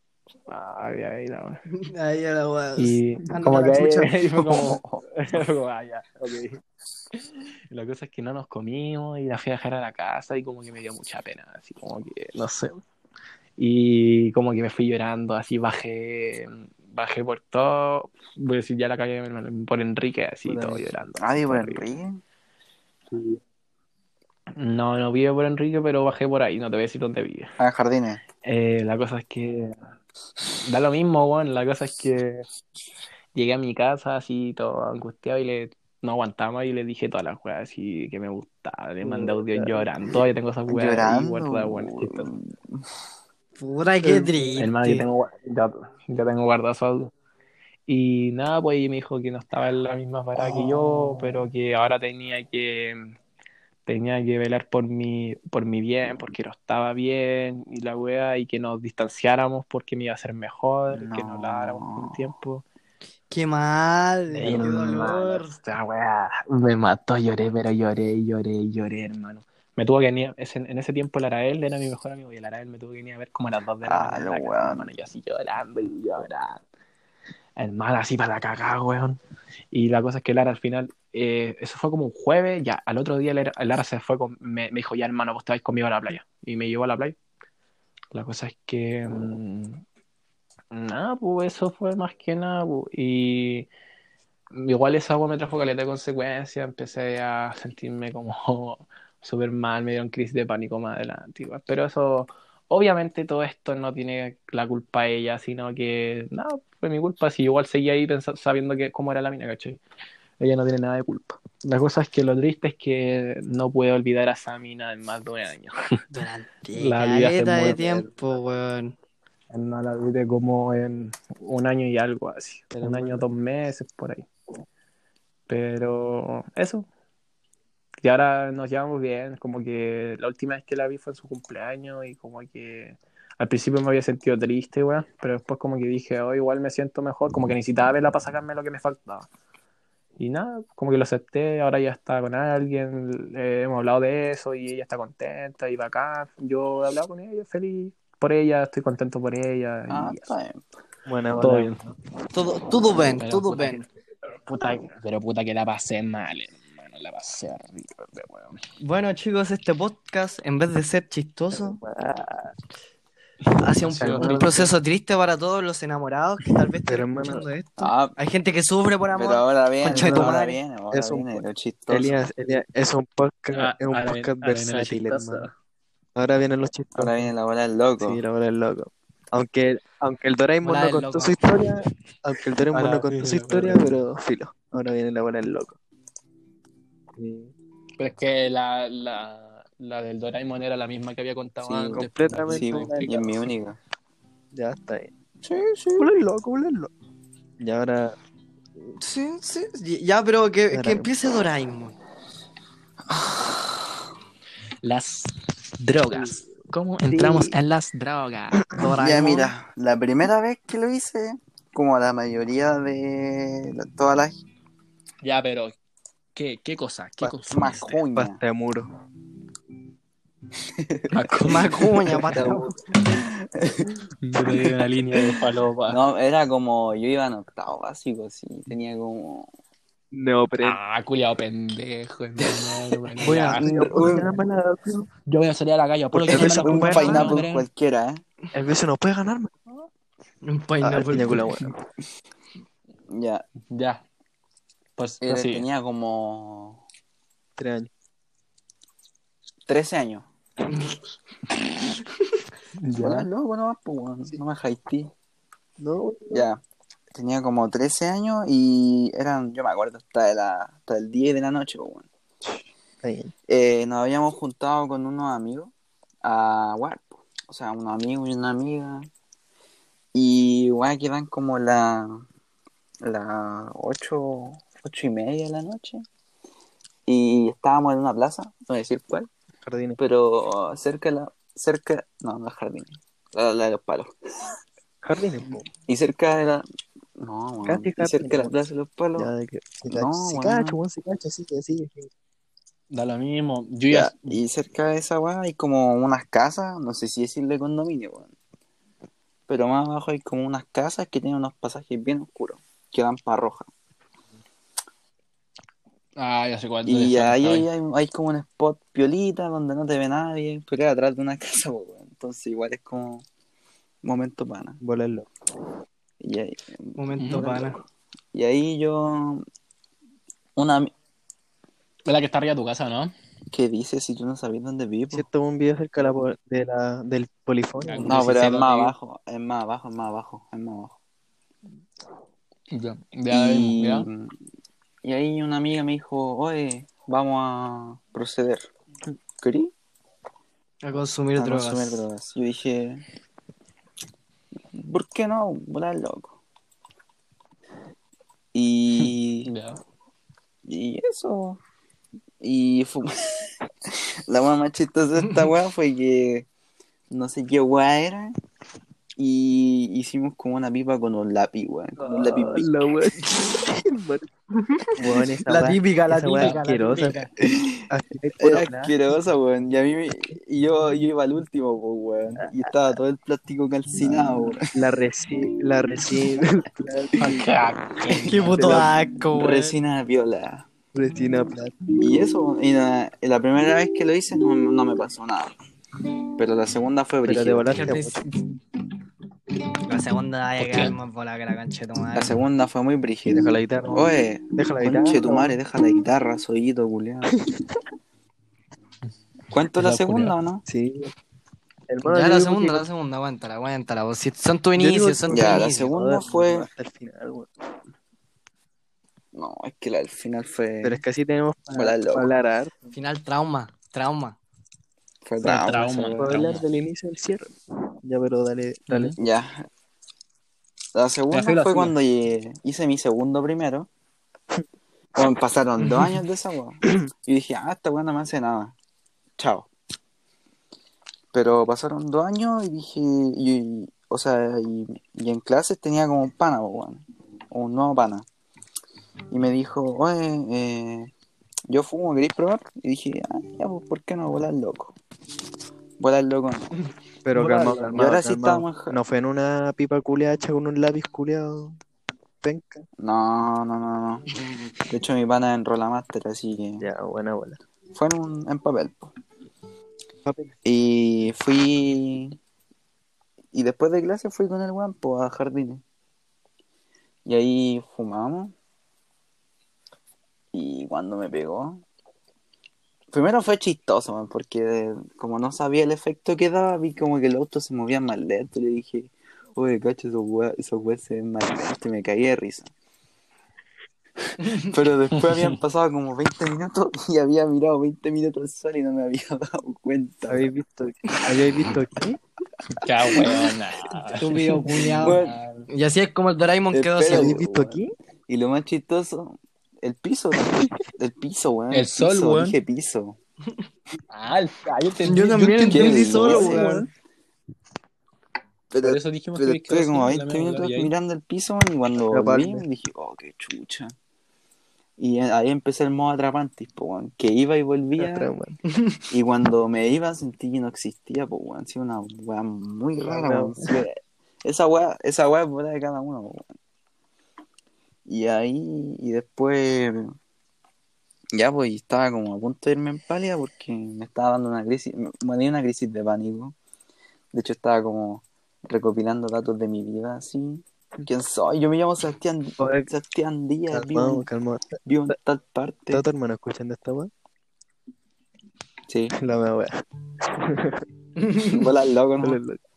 ay, la wea. Ahí a la weá. Y Anda como la que chucha. ahí fue como, fue como, ya, ok. Y la cosa es que no nos comimos y la fui a dejar a la casa y como que me dio mucha pena. Así como que, no sé. Y como que me fui llorando, así bajé por todo, voy a decir ya la calle por Enrique, así Puta, todo llorando, así nadie todo por horrible. Enrique. Sí. No, no vive por Enrique, pero bajé por ahí, no te voy a decir dónde vive. Ah, Jardines. La cosa es que da lo mismo, weón, la cosa es que llegué a mi casa así todo angustiado y no aguantaba y le dije todas las weas así que me gustaba, le mandé audio puta. llorando, todavía tengo esas weas ahí Llorando. guardadas, weón, es chistoso. Puta, qué Hermano, yo triste. tengo, yo tengo guardado su audio. Y nada, pues ella me dijo que no estaba en la misma parada que yo, pero Oh, que ahora tenía que velar por mi bien, porque no estaba bien y la wea, y que nos distanciáramos porque me iba a ser mejor, que no habláramos por un no. tiempo. Qué mal, qué Hermano, dolor. esta wea me mató, lloré, pero lloré, lloré, lloré, hermano. Me tuvo que venir, en ese tiempo el Arael era mi mejor amigo y el Arael me tuvo que venir a ver como a las 2 de la Ah, mañana a lo la casa, weón. hermano, yo así llorando y llorando. Hermano, así para la cagada, weón. Y la cosa es que Lara al final, eso fue como un jueves, ya, al otro día Lara se fue me dijo, ya hermano, vos te vais conmigo a la playa. Y me llevó a la playa. La cosa es que, nada, pues eso fue más que nada, pues. Y igual esa agua me trajo caleta de consecuencias, empecé a sentirme como súper mal, me dieron crisis de pánico más adelante, igual. Pero eso, obviamente todo esto no tiene la culpa ella, sino que, nada, fue mi culpa, si igual seguía ahí sabiendo que cómo era la mina, ¿cachai? Ella no tiene nada de culpa. La cosa es que lo triste es que no puedo olvidar a esa mina en más de un año. Durante La olvidé hace caleta muy de poco. tiempo, weón. No la olvidé como en un año y algo así. Pero Un año, 2 meses, por ahí. Pero eso. Y ahora nos llevamos bien. Como que la última vez que la vi fue en su cumpleaños y como que al principio me había sentido triste, weón. Pero después como que dije, oh, igual me siento mejor. Como que necesitaba verla para sacarme lo que me faltaba. Y nada, como que lo acepté, ahora ya está con alguien, hemos hablado de eso y ella está contenta y bacán. Yo he hablado con ella, feliz por ella, estoy contento por ella Ah, y eso. está bien. Buena Todo bola. bien. Todo bien, Pero todo puta bien. pero puta que la pasé mal, hermano, la pasé horrible, weón. Bueno, chicos, este podcast, en vez de ser chistoso, Ah, hace Ha un, sido un triste. proceso triste para todos los enamorados que tal vez estén pero hermano, escuchando esto. Ah, Hay gente que sufre por pero amor, concha de tu hermano, madre. ahora es un viene lo chistoso. Elías, es un podcast Ahora viene lo versátil, chistoso. hermano. Ahora vienen los Ahora chistosos. viene la bola del Sí, loco. la bola del loco. Aunque el Doraemon Bola no del contó loco. su historia, Ahora viene la pero perra. filo. Ahora viene la bola del loco. Sí, Pero es que la del Doraemon era la misma que había contado Sí, antes, pues, y completamente sí, estaba la y es explicando mi así. única. ya está ahí. Sí, sí. Bola del loco, bola del loco. Y ahora Sí, sí. Ya, pero que Doraemon. empiece Doraemon. Las drogas. ¿Cómo entramos en las drogas? Ya, Doraemon. mira, la primera vez que lo hice, como la mayoría de todas las Ya, pero ¿qué cosa? ¿Qué consumiste? macuña. Pasta de muro. Macuña, pata. Yo te di una línea de falopa. No, era como, yo iba en octavo básico, sí, tenía como... Neopren. Ah, culiao pendejo. Voy a- un, Yo voy a salir a la calle. Puro Porque que a veces un puede pineapple ganar. cualquiera, ¿eh? El veces no puede ganar, man. Un Ah, pineapple. el piña bueno. Ya, Ya. Pues prosigue. tenía como 3 años. 13 años. Hola, Ya. loco, no, pues, weón, no me hypeé. No, Ya, tenía como 13 años y eran, yo me acuerdo, hasta el 10 de la noche, pues, weón. está bien. Nos habíamos juntado con unos amigos a jugar, po. O sea, unos amigos y una amiga. Y weón, quedan como las 8:30 de la noche. Y estábamos en una plaza, no voy a decir cuál, Jardines. pero no es jardín, la de los palos. Jardines, po. Y cerca de la, no, weón, Casi y cerca de la jardines. plaza de los palos, Ya, de que. Se no, cacha, se weón. cacha, weón, se cacha, así. Da lo mismo. Yo Ya, ya. y cerca de esa weá hay como unas casas, no sé si decirle condominio, weón. Pero más abajo hay como unas casas que tienen unos pasajes bien oscuros, que dan para roja. Ah, ya sé cuál. Y ahí hay como un spot piolita donde no te ve nadie, pero es atrás de una casa, po, weón. Entonces igual es como momento pana. Volarlo. Y ahí, Momento Ujú. pana. y ahí yo, una, Es la que está arriba de tu casa, ¿no? ¿qué dices si tú no sabes dónde vivo? Si esto es un video cerca de del polifonio. Ya, weón. yo No, sí pero sé es dónde más vivo. abajo, es más abajo, es más abajo, es más abajo. Ya vimos, Y, ¿ya? y ahí una amiga me dijo, oye, vamos a proceder. ¿Querí? A consumir A drogas. consumir drogas. Yo dije, ¿por qué no? Volar loco. Y, Ya. y eso. Y la weá más chistosa de esta weá fue que no sé qué weá era. Y hicimos como una pipa con un lápiz, weón. Con un lápiz Bic. La weá. Weón, esa La weá. típica, Esa weá asquerosa. Así hay puro Era plástico. asquerosa, weón. Y a mí yo iba al último, pues, weón. Y estaba todo el plástico calcinado, weón. La resina, el plástico, Qué puto la asco, weón. Resina viola. resina plástico. Y eso, y la primera vez que lo hice no me pasó nada. Pero la segunda fue Pero te brígida. volaste. La segunda vaya a ¿Por qué? quedar más volada que la cancha de tu madre. La segunda fue muy brígida. Deja la guitarra. Oye, Deja la guitarra. conche tu madre, deja la guitarra, soyito, culiado. ¿Cuento la Esa segunda culiao. o no? Sí. Hermano, Ya yo la digo segunda, que- la segunda, aguántala. Vos, si son tus yo digo inicios, que- son tus Ya, la inicios. segunda Joder, fue. hasta el final, weón. No, es que la del final fue. Pero es que así tenemos Volar loco. para hablar harto. Final trauma. Fue Fue trauma, trauma, esa weá. Para hablar del inicio y el cierre. Ya, pero dale. Ujú. Ya. La segunda filo, fue filo. cuando hice mi segundo primero. Bueno, pasaron 2 años de esa weá. Y dije, esta weá no me hace nada. Chao. Pero pasaron 2 años y dije, o sea, y en clases tenía como un pana, weón. O un nuevo pana. Y me dijo, oye, yo fumo, ¿queréis probar? Y dije, ya, pues, ¿por qué no? Volar loco. Volar loco no. Pero Volalo. calmado, Y ahora sí calmado. estábamos en No fue en una pipa culeada hecha con un lápiz culeado. Penca. No. De hecho, mi pana es en Rolamaster, así que Ya, buena. fue en papel, po. Y fui. Y después de clase fui con el weón, pues, a jardines. Y ahí fumamos. Y cuando me pegó. Primero fue chistoso, man, porque como no sabía el efecto que daba, vi como que el auto se movía más lento. Le dije, oye, cacho, esos weas se ven más lentos. Y me caí de risa. Pero después habían pasado como 20 minutos y había mirado 20 minutos al sol y no me había dado cuenta. ¿Habéis visto aquí? Qué weona. Estúpido culiao. Bueno, Y así es como el Doraemon quedó espera, ciego. ¿Habéis visto aquí? Y lo más chistoso, el piso, weón. El sol, piso, weón. dije piso. Yo entendí. Yo también entendí entendí Qué solo, loco, weón. Pero, Por eso dijimos que pero habéis quedado estuve como así, la 20 media bola, minutos y ahí. mirando el piso, weón, y cuando La volví palma. dije, oh, qué chucha. Y ahí empecé el modo atrapantis, po, weón, que iba y volvía. Traumante. Y cuando me iba sentí que no existía, pues weón, sí, una weá muy La rara, wea. weón. Sí, esa weá es bola de cada uno, po, weón. Y ahí, y después, ya pues estaba como a punto de irme en pálida porque me estaba dando una crisis, me dio una crisis de pánico. De hecho estaba como recopilando datos de mi vida, así. ¿Quién soy? Yo me llamo Joder, Sebastián Díaz, calmado, calmado. vivo en tal ¿Está parte. tu hermano escuchando esta weá? Sí, La mea weá. bolas loco, Hola, ¿no?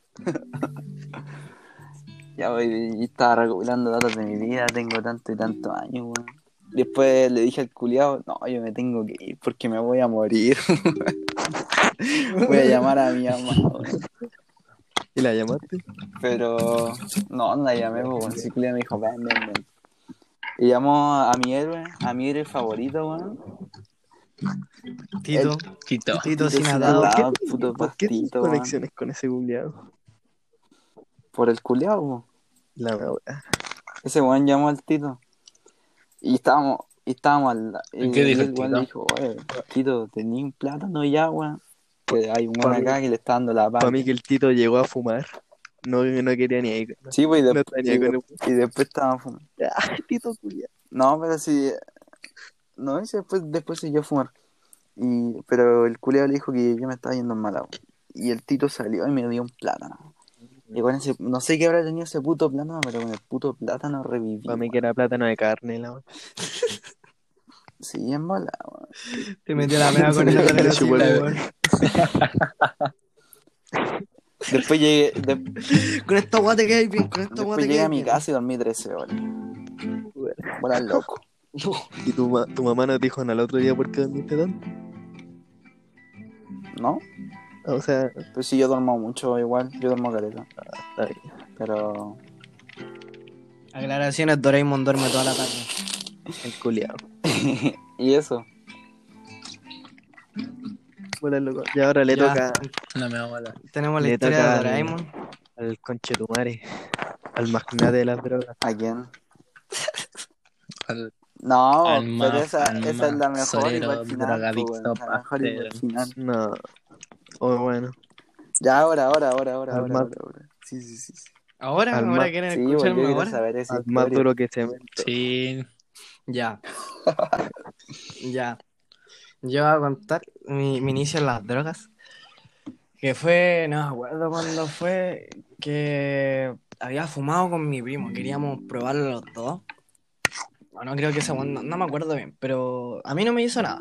Ya voy, y estaba recopilando datos de mi vida, tengo tanto y tantos años, weón. Después le dije al culiao, no, yo me tengo que ir porque me voy a morir. Voy a llamar a mi mamá, weón. ¿Y la llamaste? Pero no la llamé, pues, weón. Si culiao me dijo, ven. Y llamó a mi héroe favorito, weón. Tito. Chito. Tito sin sin atado. atado, puto ¿Por qué tienes pastito, weón. conexiones con ese culiado? Por el culiao, weón. La mea weá. Ese weón llamó al Tito. Y estábamos ¿Y qué y dijo el el weón le Tito? dijo, oye, Tito, ¿tenía un plátano ya, weón? Que hay un weón Para mí, acá que le está dando la pa' mí pata. que el Tito llegó a fumar. No, no quería ni ir. Sí, pues, No tenía con el... y después estábamos fumando. Ah, Tito culiado. No, pero sí, no, y después siguió a fumar. Pero el culiao le dijo que yo me estaba yendo en mala, weón. Y el Tito salió y me dio un plátano. Y con ese, no sé qué habrá tenido ese puto plátano, pero con el puto plátano reviví, Para mí que weón. era plátano de carne, la weá. Sí, en mala, weón. Te metió la mea con el Le otro chupó hocico, el- weón. Después llegué, Con esta weá te quedas bien, con esta weá después te llegué a quedas mi bien. casa y dormí 13 horas. Bueno. Bolas loco. ¿Y tu mamá no te dijo nada el otro día por qué dormiste tanto? ¿No? O sea, Pero sí, yo duermo mucho igual, yo duermo caleta. está bien. Pero Aclaraciones, Doraemon duerme toda la tarde. El culiado. y eso. Bueno, loco. Y ahora le Ya. toca No me hago la. Tenemos la Le historia toca de al- Doraemon. al conchetumare, al magnate de las drogas. ¿A quién? Al, No, al pero más, esa es la mejor y para sorero, el final, pues, drogadicto, weón. La mejor y para el pastero. final. No. O bueno, Ya, ahora. al más, Sí. ¿Ahora? al ¿Ahora más, quieren Sí, pues yo escucharme quiero ahora? saber esa al más historia. duro que cemento. Sí. Ya. Ya. Yo voy a contar mi inicio en las drogas. Que fue, no me acuerdo cuándo fue, que había fumado con mi primo. Queríamos probarlo los dos. Bueno, creo que ese weón, no me acuerdo bien, pero a mí no me hizo nada.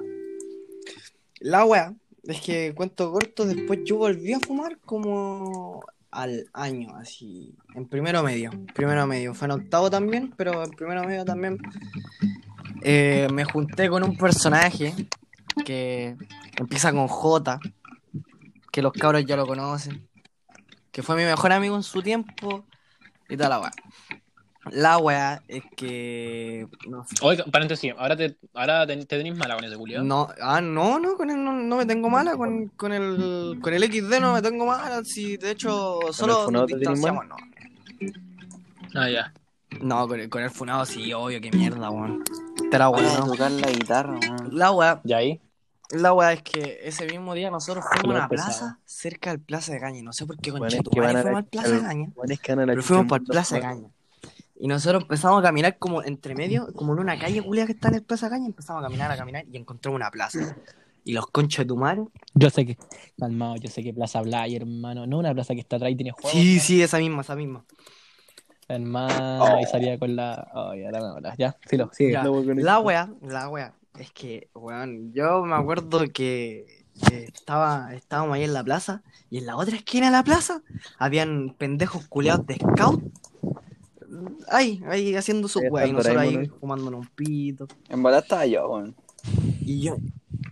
La wea es que, cuento corto, después yo volví a fumar como al año, así, en primero medio. Primero medio, fue en octavo también, pero en primero medio también. Me junté con un personaje que empieza con J, que los cabros ya lo conocen, que fue mi mejor amigo en su tiempo y toda la wea. La wea es que, no sé. Oiga, paréntesis, te tenéis mala con ese culiado. No, no, con él no me tengo mala, con el XD no me tengo mala, si de hecho ¿Con el solo funado nos te tenés distanciamos, no. Ah, ya. No, con el funado sí, obvio, qué mierda, weón. Te la Para weón, no. tocar la guitarra, weón. La ahí? wea es que ese mismo día nosotros fuimos a Lo una pesado. plaza cerca del Plaza de Caña, no sé por qué con Bueno, es que van Chetumare a fuimos la al Plaza de Caña, bueno, es que van a la pero fuimos chucha para el mundo Plaza de fumar. Caña. Y nosotros empezamos a caminar como entre medio, como en una calle culia que está en el Plaza Caña, empezamos a caminar y encontramos una plaza. Y los conchos de tu madre. Yo sé que. Calmado, yo sé que Plaza Blay, hermano. No una plaza que está atrás y tiene juegos. Sí, ¿no? sí, esa misma. Hermano, y salía con la. Oh, ya, dame ahora. Ya, filo, sigue. Ya, No voy con la esto. wea, es que, weón, yo me acuerdo que estábamos ahí en la plaza y en la otra esquina de la plaza habían pendejos culeados de scout ahí haciendo su Ahí está wea y el nosotros Doraemon, ahí ¿no? fumándonos un pito. En bola estaba yo, weón. Y yo,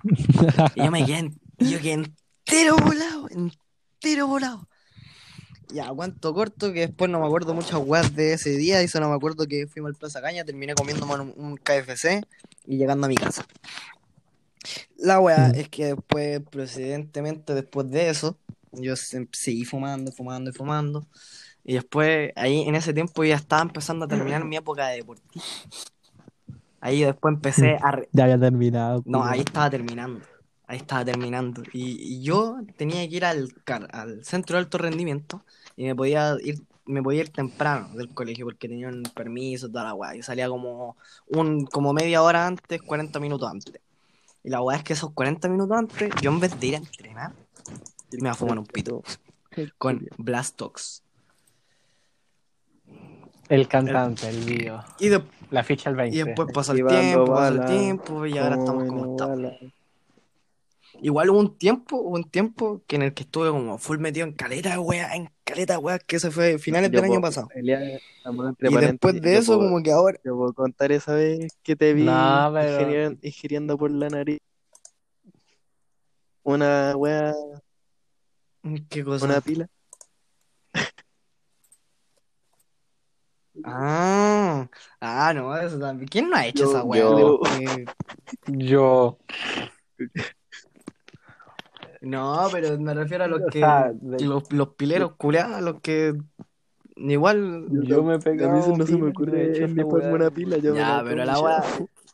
y yo quedé entero volado. Ya, cuento corto, que después no me acuerdo muchas weas de ese día, y solo me acuerdo que fuimos al Plaza Caña, terminé comiéndome un KFC y llegando a mi casa. La wea es que después, precedentemente después de eso, yo seguí fumando, fumando y fumando. Y después, ahí en ese tiempo ya estaba empezando a terminar mi época de deportista. Ahí después empecé a... Ya había terminado, No, ahí culiao. estaba terminando. Ahí estaba terminando. Y yo tenía que ir al centro de alto rendimiento y me podía ir temprano del colegio porque tenía un permiso, toda la weá. Yo salía como media hora antes, 40 minutos antes. Y la weá es que esos 40 minutos antes, yo en vez de ir a entrenar, me iba a fumar un pito con Blastox. El cantante, el video. Y, de- La ficha al y 20. después Esquivando pasó el balas, tiempo y ahora como estamos como menos estamos. balas. Igual hubo un tiempo que en el que estuve como full metido en caleta de weá, que se fue finales del Yo año puedo, pasado. Elías, amor, entre Y después paréntesis, de eso, como que ahora, yo puedo contar esa vez que te vi No, pero ingiriendo por la nariz una wea, ¿qué una cosa? pila. No, eso también. ¿Quién no ha hecho Yo, esa weá? Yo, yo, No, pero me refiero a los o sea, los pileros culeados, los que igual. yo me he a mí pegado no se me pila y no he ocurre hecho en esa mi forma weá, una pila, yo me la Ya, pero como y la chao. weá.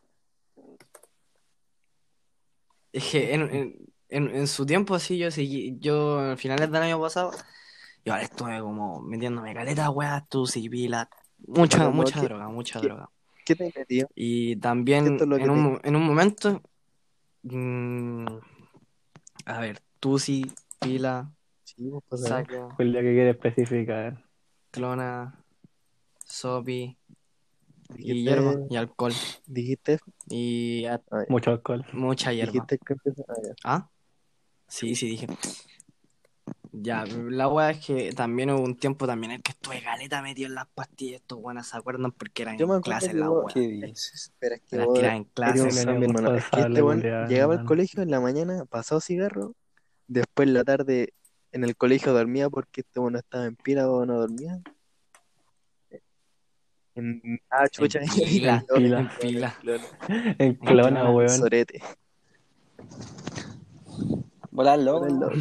Es que en su tiempo así yo a finales del año pasado, y ahora estuve como metiéndome caleta, weá, tú sí, pila, Pero no, mucha ¿qué, droga. qué te metió? Y ¿Qué es también lo que te... en un momento, mm, a ver, Tusi, pila, Sí, vos, pues, a ver. saca, fue el día que quiere especificar. clona, sopi y hierba Dijiste, y alcohol. dijiste, Y ah, ya. Mucho alcohol. mucha hierba. Dijiste que empezó, ah, ya. ¿Ah? Sí, sí, dije. Ya, la weá es que también hubo un tiempo también en el que estuve caleta metido en las pastillas. Estos weones se acuerdan porque eran Yo en me acuerdo clase que las vos, weas. ¿qué dices? pero es que Me las vos tiraban en eres un clase. Milenio zombie, hermano. Es que este irresponsable, weón culiao, llegaba al hermano. colegio en la mañana, pasado cigarro, después en la tarde en el colegio dormía porque este weón no estaba en pila o no dormía. En Chucha, En pila, pila. en pila, En en clona, clona. weón. sorete. Volar Por loco, el ¿no? lado.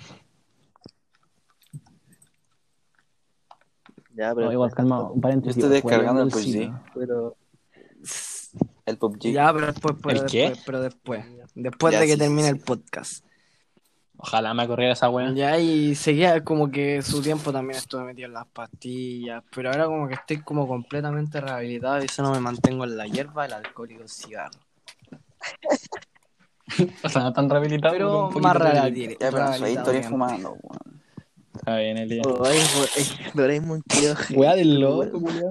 Ya, pero No, igual, después tanto, calma, un Yo paréntesis. estoy Jugáis descargando el LOL, sí, PUBG. ¿no? pero El PUBG. Ya, pero después, ¿El qué? después Ya, de que sí, sí, termine el sí. podcast. Ojalá me corriera esa weá. Ya, y seguía como que su tiempo también estuve metido en las pastillas, pero ahora como que estoy como completamente rehabilitado y solo me mantengo en la hierba, el alcohol y el cigarro. O sea, no tan rehabilitado, pero un Pero más poquito rehabilitado. Ya, pero no soy rehabilitado historia siempre. fumando, weón. Está bien, Elías. ay, es que Doraemon culiao Weá del hater, loco, weón. culiao.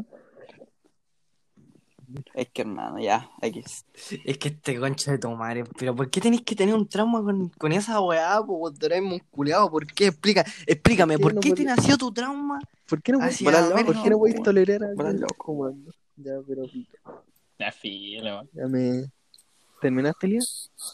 Es que, hermano, ya, X. Es que este concha de tu madre, pero ¿por qué tenéis que tener un trauma con esa weá, po, Doraemon culiao? ¿Por qué? ¿Por Explícame, qué ¿por no qué te podí- nació tu trauma por qué no podí- Volar hacia ver loco, por qué no ¿no? gente? podéis Weón. tolerar a Volar alguien loco. fumando? Ya, pero pico. Ya, filo, weón. Ya me... ¿Terminaste, Lía?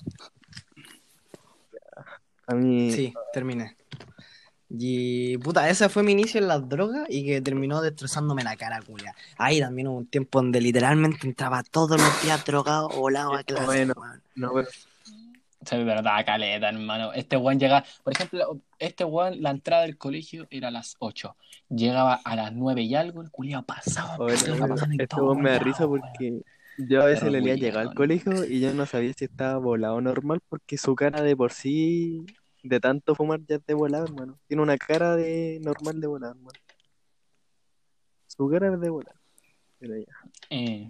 A mí, Sí, terminé. Y puta, ese fue mi inicio en las drogas y que terminó destrozándome la cara, culia. Ahí también hubo un tiempo donde literalmente entraba todos los días drogado, volado a clase, bueno, weón. no, pero O sea, de verdad, caleta, hermano. Este weón llega, por ejemplo, este weón, la entrada del colegio era a las 8. Llegaba a las 9 y algo, el culiao pasaba bueno, piedra, pero weón, en este todos weón me da risa lados, weón. porque yo a veces Perro le leía culiao, llegar al weón. colegio y yo no sabía si estaba volado o normal porque su cara de por sí, de tanto fumar ya es de volado, hermano. Tiene una cara de normal de volado, hermano. Su cara es de volado. Pero ya, Eh,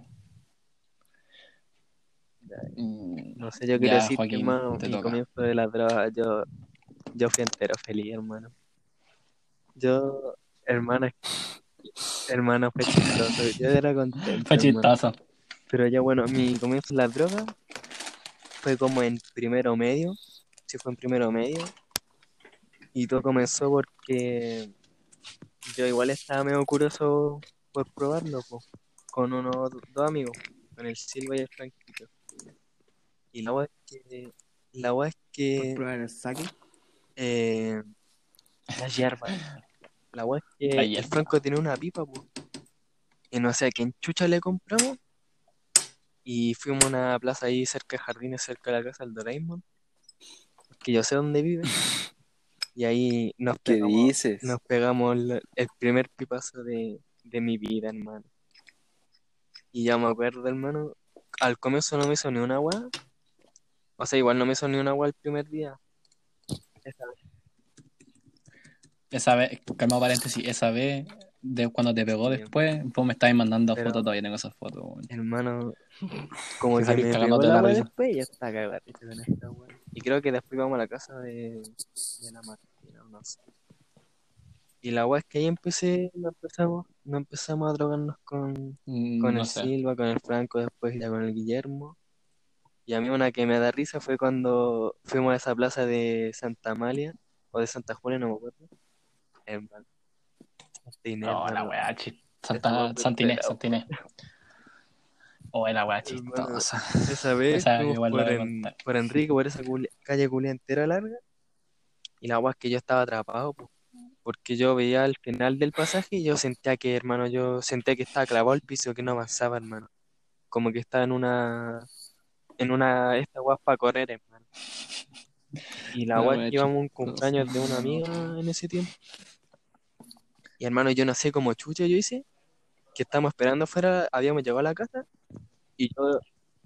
ya, mm, no sé, yo quiero ya, decir que, Joaquín, hermano, te mi toca. comienzo de la droga, yo fui entero feliz, hermano. Yo, hermano, hermano, fue chistoso. Yo era Fue contento, hermano. chistoso. Pero ya, bueno, mi comienzo en la droga fue como en primero medio. Sí, fue en primero medio. Y todo comenzó porque yo igual estaba medio curioso por probarlo, po, con unos dos amigos, con el Silva y el Franquito. Y la wea es Por que probar el saque. eh, las hierbas. La weá es que Ahí el está. Franco tiene una pipa, pues. Y no sé a quién chucha le compramos. Y fuimos a una plaza ahí cerca de Jardines, cerca de la casa del Doraemon. Que yo sé dónde vive. Y ahí ¿Qué dices? nos pegamos el primer pipazo de mi vida, hermano. Y ya me acuerdo, hermano. Al comienzo no me hizo ni una weá. O sea, igual no me hizo ni una weá el primer día. Esa vez. Esa vez, calma paréntesis, esa vez de cuando te pegó Sí, después, vos me estabas mandando pero, fotos, todavía tengo esas fotos, weón. hermano, como Que que salís me pegó cagándote de la la weá risa. después y ya está cagada con esta weá. Y creo que después íbamos a la casa de la Martina, no sé. Y la weá es que ahí no empezamos a drogarnos con el No sé. Silva, con el Franco, después ya con el Guillermo. Y a mí una que me da risa fue cuando fuimos a esa plaza de Santa Amalia, o de Santa Julia, no me acuerdo. Hermano, Santa Inés, Oh, la hermano. weá, Estamos muy Santinés, pelados, Santinés. Oh, la weá hermano. chistosa. Esa vez Esa fuimos igual la voy a contar. por Enrique, por esa calle culia entera larga. Y la weá es que yo estaba atrapado, po, porque yo veía al final del pasaje y yo sentía que, hermano, yo sentía que estaba clavado al piso, que no avanzaba, hermano. Como que estaba esta weá para correr, hermano. Y la La weá es weá que íbamos a un chistosa. cumpleaños de una amiga en ese tiempo. Y hermano, yo no sé cómo chucha yo hice, que estábamos esperando afuera, habíamos llegado a la casa, y yo,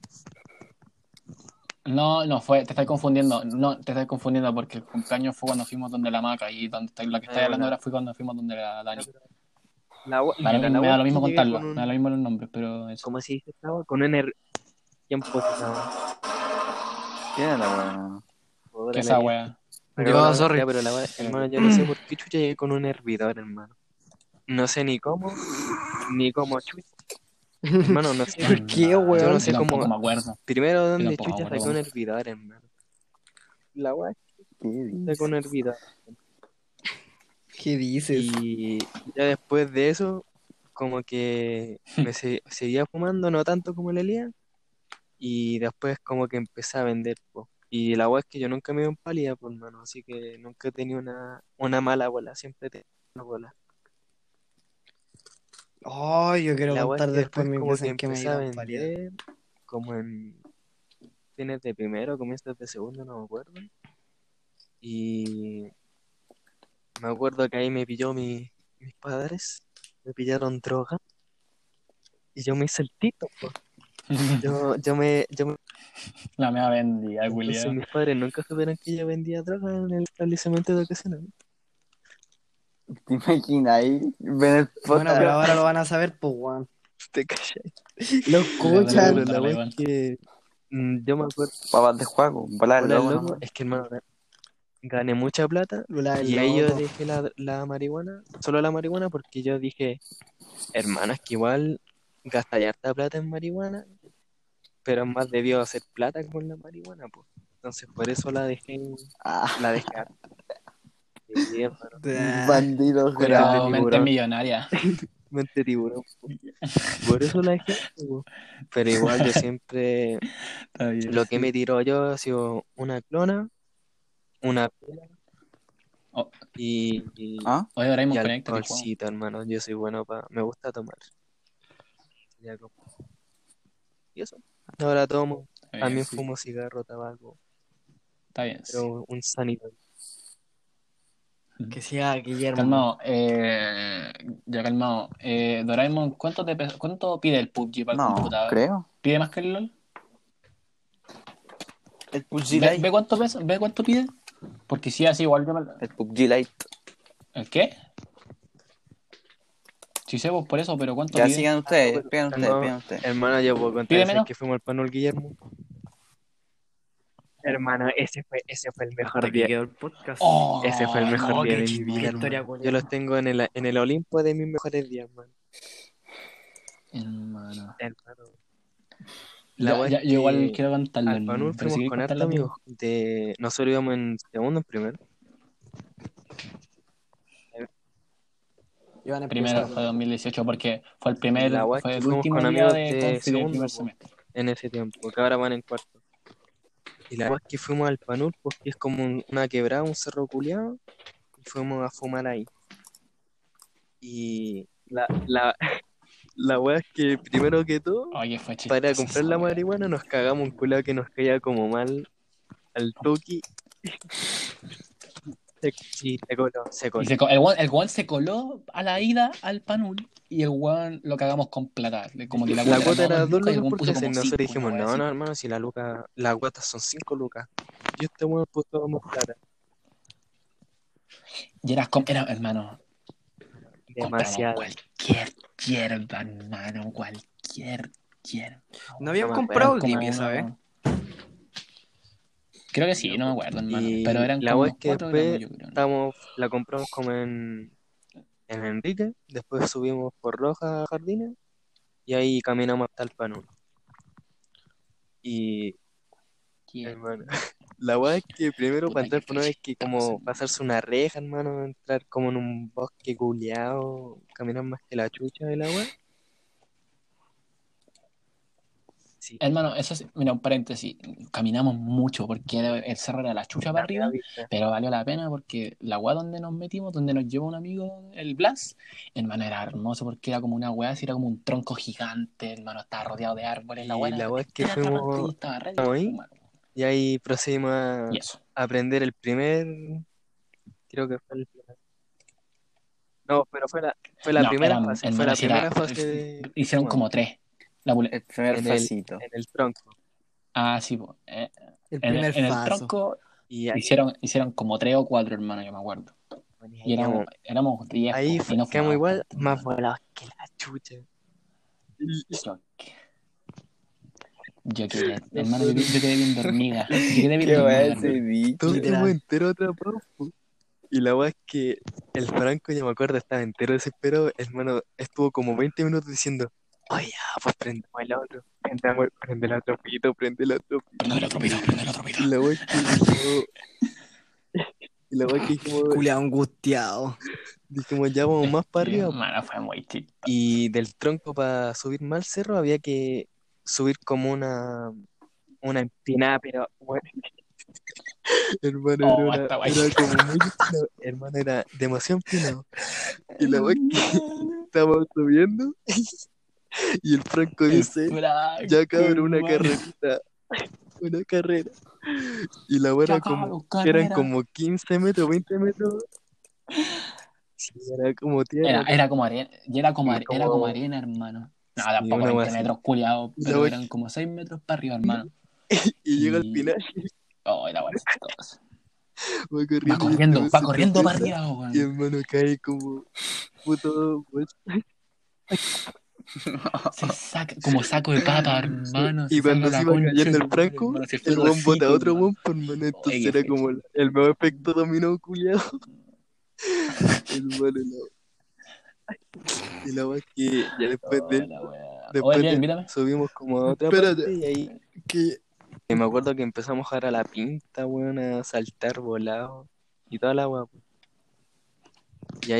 No, no fue, te estás confundiendo. No, te estás confundiendo porque el cumpleaños fue cuando fuimos donde la maca y donde la que estáis hablando una, ahora fue cuando fuimos donde la Dani. mira, la Me weá da es lo que mismo llegué con contarlo, me da lo un, mismo los nombres, pero eso. ¿cómo se dice esta weá? Con un tiempo se llama. ¿Qué era la weá? ¿Qué Puta, me esa di- wea? me acabo de Yo, acordar, sorry. ya, pero la weá, hermano, yo no sé por qué chucha llegué con un hervidor, hermano. No sé ni cómo chucha. Hermano, no sé. ¿Por qué, Yo no weón? Yo sé tampoco cómo, me acuerdo. primero Yo dónde tampoco me chucha acuerdo saqué un cómo. hervidor, hermano. La weá es ¿Qué que saqué un dices? hervidor. ¿Qué dices? Y ya después de eso, como que seguía fumando, no tanto como el Elías, y después como que empecé a vender, po. Y la weá es que yo nunca me dio en pálida, por mano, así que nunca he tenido una mala bola, siempre he tenido una bola. Oh, yo Y quiero la weá es contar que después después mis como veces que en que me empecé a dieron pálida. vender, como en fines de primero, comienzos de segundo, no me acuerdo. Y me acuerdo que ahí me pilló mis padres, me pillaron droga, y yo me hice el tito, po. Yo me La mea vendía, Entonces culiao. mis padres nunca supieron que yo vendía droga en el establecimiento educacional. ¿Te imaginas ahí? Ven el Bueno, pero podcast. ahora lo van a saber, pues, weón. Te callas. Lo Ya te lo Ya, pero escuchan. la contarla wea es igual. que yo me acuerdo, Papas de juego, volar hola loco loco, nomás. es que hermano, gané mucha plata Lula el y ahí yo loco. dejé la marihuana, solo la marihuana, porque yo dije, hermano, es que igual gastar harta plata en marihuana, pero más debió hacer plata con la marihuana, pues. Entonces por eso Ah, la dejé harta. Sí, hermano. Ah, bandidos Mente Pero mente tiburón, millonaria. mente tiburón. Por eso la dejé, po. Pero igual yo siempre, Está bien, lo que sí. me tiró yo ha sido una clona, una pera Oh, y, ¿ah? oye, y Doraemon, conéctate y jugamos. alcoholcito, hermano. Yo soy bueno me gusta tomar. Ya y eso. Ahora tomo, Está bien, también sí. fumo cigarro, tabaco, Está bien, sí. pero un sanito. que sea Guillermo. Calmado, ya calmado. Doraemon, ¿cuánto pide el PUBG para el No, computador? creo. ¿Pide más que el LOL? El PUBG ¿Ve Lite. cuánto pesa? ¿Ve cuánto pide? Porque si así igual yo El PUBG Lite. ¿El qué? Sí sé, pues por eso, pero ¿cuánto Ya pide? sigan Ah, no, ustedes, pero pidan ustedes, no, pidan ustedes. hermano, yo puedo contar ¿Pide ese menos? que fuimos al panel Guillermo. Hermano, ese fue el mejor Hasta que día. quedó el podcast. Ese fue el Oh, mejor Oh, día qué, de mi qué vida, historia, hermano. Yo los culiao. tengo en el Olimpo de mis mejores días, hermano. hermano. Hermano. La Ya, weá es ya, yo igual que quiero contarlo, al Panur pero fuimos si queréis con hartos contarla tú. amigos nosotros íbamos en segundo, en primero. Iban a Primero empezar. fue 2018 porque fue Y la weá es fue que el fuimos último con día amigos de de confi del segundo, primer po, semestre. en ese tiempo, que ahora van en cuarto. Y la weá es que fuimos al Panur, pues que es como una quebrada, un cerro culiado, y fuimos a fumar ahí. Y la weá es que primero que todo, Oye, fue para chistoso comprar esa la weá. marihuana nos cagamos un culado que nos caía como mal al toque. Sí, se Y coló. el weón se coló a la ida al Panul y el weón lo cagamos con plata. Es Como que que la la cuota era cuota no, era 2 2 lucas y el lucas weón por puso clase. Y como nosotros 5, una dijimos, weá no, así. no, hermano, si las cuotas son 5 lucas. Y este weón puso más plata. Y era, hermano, compramos Demasiado. cualquier hierba, hermano, cualquier hierba. ¿No Weón. habían No me Eran acuerdo. comprado como Dipi esa vez? unos. Creo que sí, No, no me po. acuerdo, hermano. Pero Y eran la como weá es unos que 4 gramos, después yo creo, ¿no? la compramos como en Enrique. Después subimos por Roja a Jardines. Y ahí caminamos hasta el Panul. Y, ¿Qué? hermano, la weá es que primero para Puta que entrar por fue una vez que chistoso, como hermano. pasarse una reja, hermano, entrar como en un bosque culeado, caminar más que la chucha de la weá. Sí, Hermano, eso es, mira, un paréntesis, caminamos mucho porque el cerro era la chucha la para mera arriba, vista. pero valió la pena porque la weá donde nos metimos, donde nos llevó un amigo, el Blas, hermano, era hermoso porque era como una weá, así era como un tronco gigante, hermano, estaba rodeado de árboles, la weá Y la era weá es que entera trabajante fuimos y estaba re bien, ahí hermano. y ahí procedimos Y eso. a aprender creo que fue no, pero fue la No, primera eran, fase, fue hermano, la si primera era, fase de hicieron fumar como tres. La El primer en el, pasito. en el tronco. Ah, sí, po. El En, primer en el paso. tronco Y ahí, hicieron como 3 o 4, hermano, yo me acuerdo. bueno, y ahí Y éramos 10, ahí po, y no quedamos fumábamos igual, tanto, más hermano. volados que la chucha. Y, Yo, yo quedé, hermano, hermano, yo quedé viendo hormigas. Yo quedé ¿Qué viendo va hormigas, ese hermano. todos dicho? estamos Literal. enteros atrapados, po. Y la weá es que el Franco, yo me acuerdo, estaba entero desesperado. Hermano, estuvo como 20 minutos diciendo, oye, ya, pues prendemos el otro. Prende el otro pito, prende el otro pito. Prende el otro pito, prende el otro pito. Y la weá es que Culeado angustiado. dijimos, ya vamos Es más para que, arriba, po. hermano, fue muy chistoso. Y del tronco para subir más al cerro había que subir como una empinada, pero bueno, hermano, Oh, hasta guay. era como muy empinado. Hermano, era demasiado empinado. Y la weá es que Hermano, estábamos subiendo. Y el Franco el dice, ya Franco, cabrón, una hermano. carrerita, una carrera. Y la buena Ya como, cabrón, eran carrera. como 15 metros, 20 metros. Sí, era como tierra, Era como arena, y era como como, arena, hermano. No, sí, tampoco una wea 20 así. metros, culiados, Y, la pero wea eran como 6 metros para arriba, hermano. y llega al Y. final, Oh, era bueno chistoso. va corriendo y este weón Va se corriendo para tropieza. arriba, Y weón. hermano cae como puto, pues. Se saca, como saco de papa, hermano. Y Se saca cuando se la iba concha de cayendo el su madre, Franco, hermano. Se fue el el weón bota a hocico, otro hermano. weón, pues, hermano, entonces Oye, qué era fue como el nuevo efecto dominó culiado. Hermano, y la wea es que ya Oh, la wea. Oye, después tío, de invítame. subimos como a otra parte Espérate. y ahí Que y me acuerdo que empezamos a jugar a la pinta, weón, a saltar volado y toda la wea, pues. Y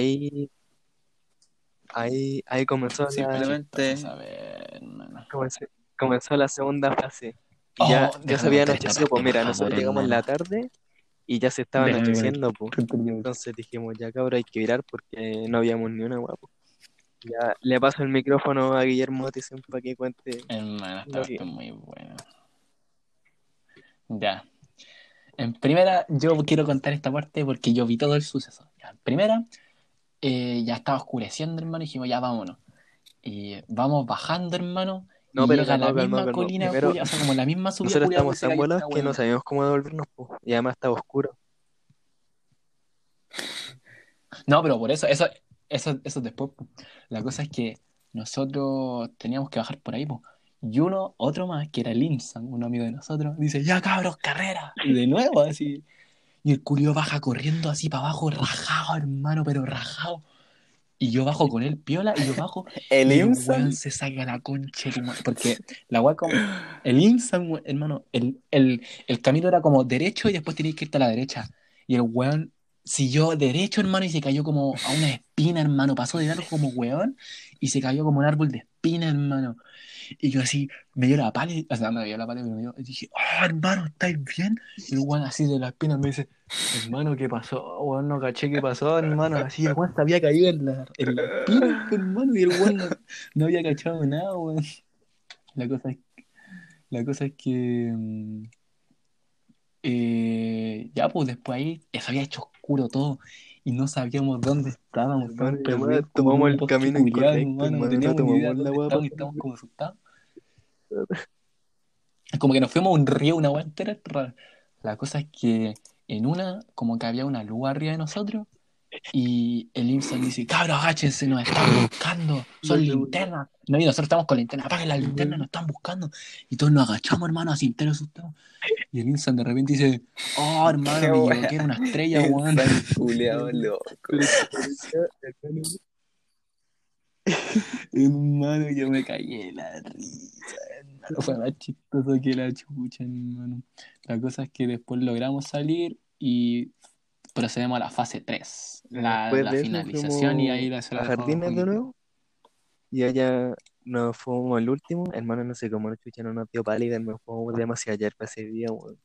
ahí Vas a Simplemente saber, hermano. comenzó la segunda fase. Y Oh, ya se déjame había contar esta anochecido, pues parte, por mira, nosotros favor, llegamos en la hermano. tarde y ya se estaba Déjame anocheciendo, pues. contar. Entonces dijimos, ya cabrón, hay que virar porque no habíamos ni una wea, pues. Ya le paso el micrófono a Guillermo Thyssen para que cuente Hermano, esta lo parte que. es muy buena. Ya. En primera, yo quiero contar esta parte porque yo vi todo el suceso. Ya, en primera, ya estaba oscureciendo, hermano, y dijimos, ya vámonos. Y vamos bajando, hermano, No, y pero llega a la calmado, calmado, misma calmado. colina, Primero, culia, o sea, como la misma subida, nosotros culia, estamos donde se tan cayó volados esta que no weona. sabíamos cómo devolvernos, po. Y además estaba oscuro. No, pero por eso después, po. La cosa es que nosotros teníamos que bajar por ahí, po. Y otro más, que era el Imsan, un amigo de nosotros, dice, ya cabros, carrera. Y de nuevo, así. Y el culio baja corriendo así para abajo, rajado, hermano, pero rajado. Y yo bajo con él, piola, y yo bajo, el y el weón IMSAN. se saca la concha de tu madre. Porque la weá como. El Imsan, hermano, el camino era como derecho y después tenías que irte a la derecha. Y el weón siguió derecho, hermano, y se cayó como a una espina, hermano. Pasó de largo como weón y se cayó como un árbol de espina, hermano. Y yo así, me dio la pálida, o sea, me dio la pálida, pero me dio, y dije, oh, hermano, ¿estáis bien? Y el weón así de la espina me dice, hermano, ¿qué pasó? Weón, no caché qué pasó, hermano. Así el weón se había caído en la espina, hermano, y el weón no había cachado nada, weón. La cosa es, la cosa es que ya, pues después ahí se había hecho oscuro todo y no sabíamos dónde estábamos, Hermano, estábamos y además perdidos como en tomamos un el bosque camino culiado, incorrecto, hermano, no hermano. No teníamos ni idea tomamos de la dónde weá para estábamos y salir. estábamos como asustados. Como que nos fuimos a un río, una weá entera rara. La cosa es que en una, como que había una luz arriba de nosotros y el Imsan dice, cabros, agáchense, nos están buscando, La son cagó. linternas. No, y nosotros estamos con linterna, apaguen las linternas, Hermano, nos están buscando. Y todos nos agachamos, hermano, así enteros asustados. Y el Insan de repente dice, oh, Qué hermano, me wea. equivoqué, era una estrella, El weón. San culeado loco. pero es que parecía, hermano, Hermano, yo me caí de la risa, hermano. Fue más chistoso que la chucha, hermano. La cosa es que después logramos salir y procedemos a la fase 3 después la de eso finalización, y ahí fuimos se la a dejó Jardines de Joaquín. nuevo y allá nos fuimos el último. Hermano, no sé cómo la chucha no nos dio pálida, nos fuimos demasiado ayer para ese día, weón.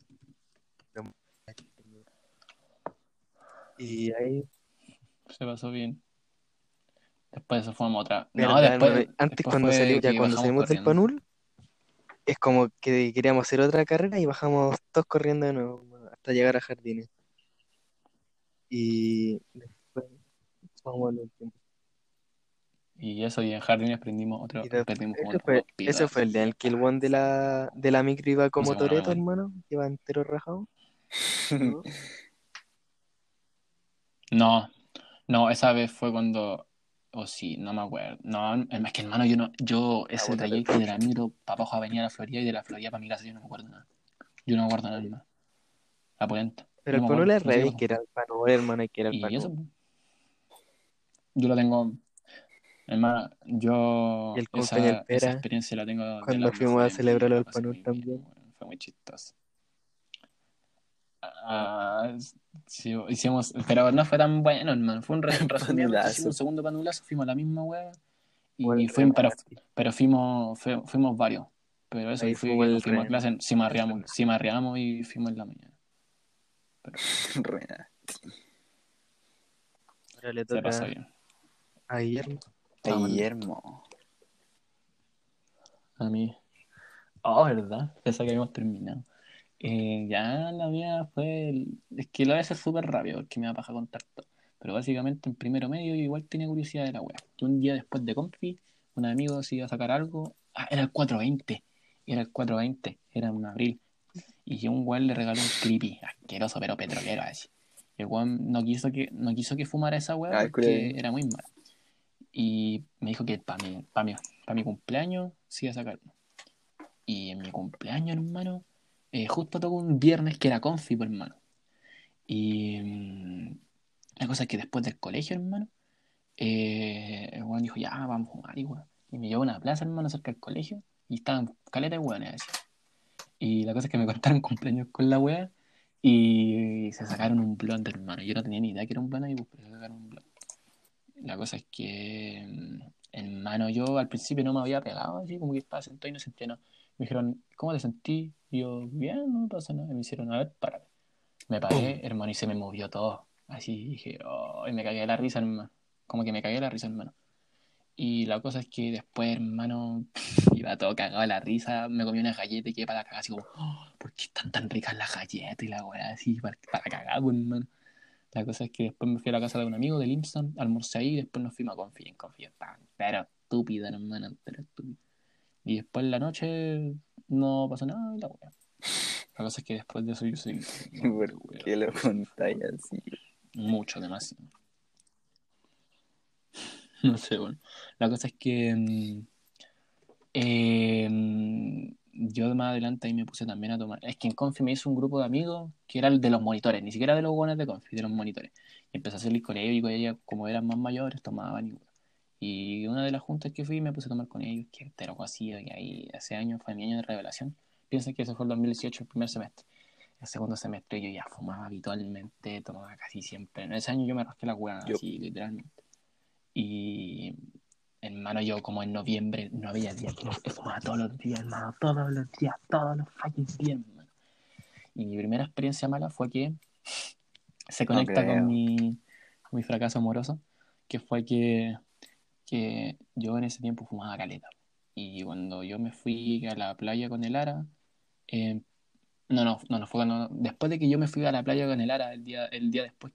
Y ahí, Se pasó bien. Después eso fuimos otra. No, verdad, hermano, antes después cuando fue salimos, ya que cuando bajamos salimos del corriendo. Panul, es como que queríamos hacer otra carrera y bajamos todos corriendo de nuevo, hermano, hasta llegar a Jardines. Y después fuimos al último. Y eso, y en Jardines Y perdimos como ese otros fue, dos ese pilas. fue el día en el que el one de la micro iba No sé como cómo no me Toreto, morí. hermano, iba entero rajado, ¿no? No, no, esa vez fue cuando. O sí, no me acuerdo. No, es que hermano, yo Ah, ese puta, la trayecto de chucha. la micro para abajo a venir a la Florida y de la Florida para mi casa, yo no me acuerdo nada. Yo no me acuerdo nada más. La polenta. Pero Yo el no me Panul acuerdo, es no sé re qué bien pasó. que era el Panul, hermano, y que era el Y eso, Panul. yo lo tengo. Hermano, Y yo el cumpleaños del esa Pera, experiencia la tengo de cuando las fuimos a mejores en mi vida. celebrarlo La al pasé Panul muy bien, también. weón, fue muy chistoso. Ah, sí, hicimos, pero no fue tan bueno, hermano. Resumidamente, hicimos un Panulazo. segundo panulazo, fuimos a la misma wea. Fue el Y fuimos, remate. pero fuimos varios. Pero eso, y Ahí fue fuimos que el, nos fuimos a clase, el remate. sí marreamos y fuimos en la mañana. Pero Real. Ahora le se pasó toca bien. a Guillermo. A Estamos listos. Guillermo. A mí. Oh, ¿verdad? Pensaba que habíamos terminado. Ya la mía fue. Es que lo voy a hacer súper rápido porque me va a pasar contar todo. Pero básicamente en primero medio yo igual tenía curiosidad de la web. Que un día después de Confi, un amigo se iba a sacar algo. Ah, era el 420. Era el 420. Era en abril. Y un weón le regaló un creepy, asqueroso, pero petrolero así. Y el weón no quiso que fumara esa weá Ah, porque culiao. era muy malo. Y me dijo que para mi cumpleaños se iba a sacar uno. Y en mi cumpleaños, hermano, justo tocó un viernes que era confi, pues, hermano. Y la cosa es que después del colegio, hermano, el weón dijo, ya, vamos a fumar, y weón. Y me llevó a una plaza, hermano, cerca del colegio. Y estaban caleta de weones así. Y la cosa es que me contaron cumpleaños con la wea y se sacaron un blond, hermano. Yo no tenía ni idea que era un blond ahí, pues, pero se sacaron un blond. La cosa es que, hermano, yo al principio no me había pegado, así como que estaba sentado y no sentía nada. Me dijeron, ¿cómo te sentí? Y yo, bien, no me pasa nada. Y me hicieron, a ver, párate. Me ¡Pum! paré, hermano, y se me movió todo. Así dije, oh, y me cagué de la risa, hermano. Como que me cagué de la risa, hermano. Y la cosa es que después, hermano, iba todo cagado de la risa, me comí una galleta y quedé para la cagada, así como, oh, ¿por qué están tan ricas las galletas y la weá así, para cagar, pues, hermano? La cosa es que después me fui a la casa de un amigo del Imstan, almorcé ahí y después nos fuimos a Confi. En Confi estaban, pero estúpida, hermano, pero estúpida. Y después en la noche no pasó nada y la weá. La cosa es que después de eso yo soy muy ¿Por weón, qué lo contáis así? mucho, demasiado. No sé, bueno. La cosa es que yo más adelante ahí me puse también a tomar. Es que en Confi me hizo un grupo de amigos que era el de los monitores, ni siquiera de los buenos de Confi, de los monitores. Y empecé a salir con ellos y con ellas, como eran más mayores, tomaban y bueno. Y una de las juntas que fui me puse a tomar con ellos, que entero así, que ahí hace años fue mi año de revelación. Piensa que ese fue el 2018, el primer semestre. el segundo semestre yo ya fumaba habitualmente, tomaba casi siempre. En ese año yo me rasqué la hueá, así, literalmente. Y, hermano, yo como en noviembre no había día que no fumaba todos los días, hermano, todos los días, todos los fucking días, hermano. Y mi primera experiencia mala fue que se No conecta con creo. mi fracaso amoroso, que fue que yo en ese tiempo fumaba caleta. Y cuando yo me fui a la playa con el Ara, eh, no fue después de que yo me fui a la playa con el Ara, el día después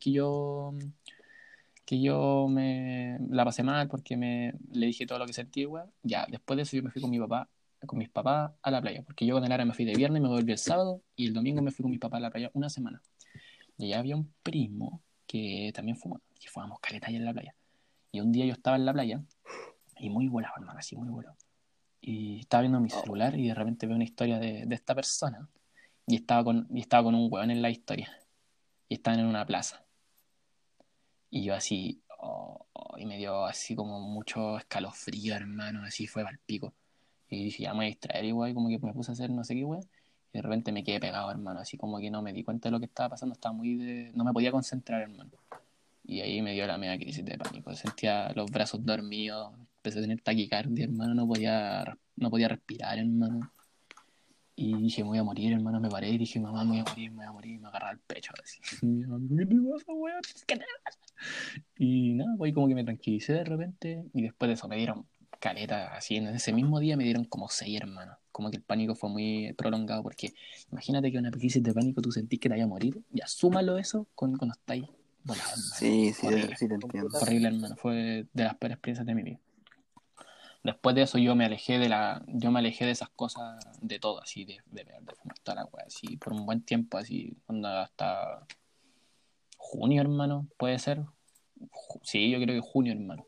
que yo me la pasé mal porque le dije todo lo que sentí, weón. Ya, después de eso yo me fui con mis papás a la playa, porque yo con el Ara me fui de viernes, me volví el sábado y el domingo me fui con mis papás a la playa una semana. Y allá había un primo que también fumaba, que fumábamos caleta allá en la playa. Y un día yo estaba en la playa y muy volado, hermano, así muy volado. Y estaba viendo mi celular y de repente veo una historia de esta persona y estaba con un weón en la historia y estaban en una plaza. Y yo así, y me dio así como mucho escalofrío, hermano, así fue al pico. Y dije, ya me voy a distraer igual, como que me puse a hacer no sé qué, weón. Y de repente me quedé pegado, hermano, así como que no me di cuenta de lo que estaba pasando, no me podía concentrar, hermano. Y ahí me dio la media crisis de pánico. Sentía los brazos dormidos, empecé a tener taquicardia, hermano, no podía respirar, hermano. Y dije, me voy a morir, hermano, me paré y dije, mamá, me voy a morir, me voy a morir, y me agarraba el pecho, así. Y mi mamá, ¿qué te pasa, weón? ¿Qué te pasa? Y nada, pues como que me tranquilicé de repente, y después de eso me dieron caleta, así, en ese mismo día me dieron como 6, hermano. Como que el pánico fue muy prolongado, porque imagínate que una crisis de pánico tú sentís que te vaya a morir, y súmalo eso con cuando estáis volados, hermano. Sí, Horrible, sí te entiendo. horrible, hermano, fue de las peores experiencias de mi vida. Después de eso yo me alejé de esas cosas, de todo, así, de fumar toda la wea, así, por un buen tiempo, así, hasta junio, hermano, puede ser. Sí, yo creo que junio, hermano.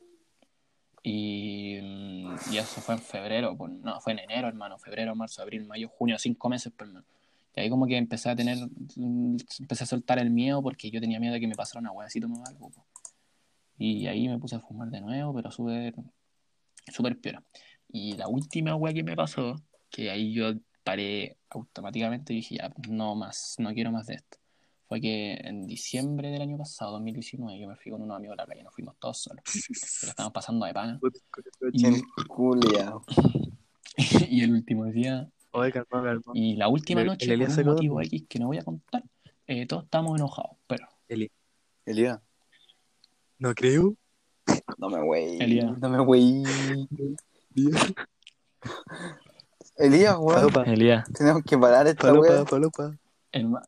Y eso fue en febrero, pues, no, fue en enero, hermano, febrero, marzo, abril, mayo, junio, 5 meses, pues, hermano. Y ahí como que empecé a soltar el miedo porque yo tenía miedo de que me pasara una wea así, tomaba algo, pues. Y ahí me puse a fumar de nuevo, pero súper, súper piola. Y la última wea que me pasó, que ahí yo paré automáticamente y dije, ya, no más, no quiero más de esto. Fue que en diciembre del año pasado, 2019, yo me fui con unos amigos a la playa, nos fuimos todos solos. Lo estábamos pasando de pana. El Y, culia. y el último día, Oye, calmado, calmado. y la última El noche, por Elías un se quedó motivo dormido. X que no voy a contar, todos estábamos enojados, pero Eli. Elías, No creo. no me wey, Elías, no me wey. Elías. Elías, weón, Falopa, Elías, tenemos que parar esta falopa, wea. falopa. herma-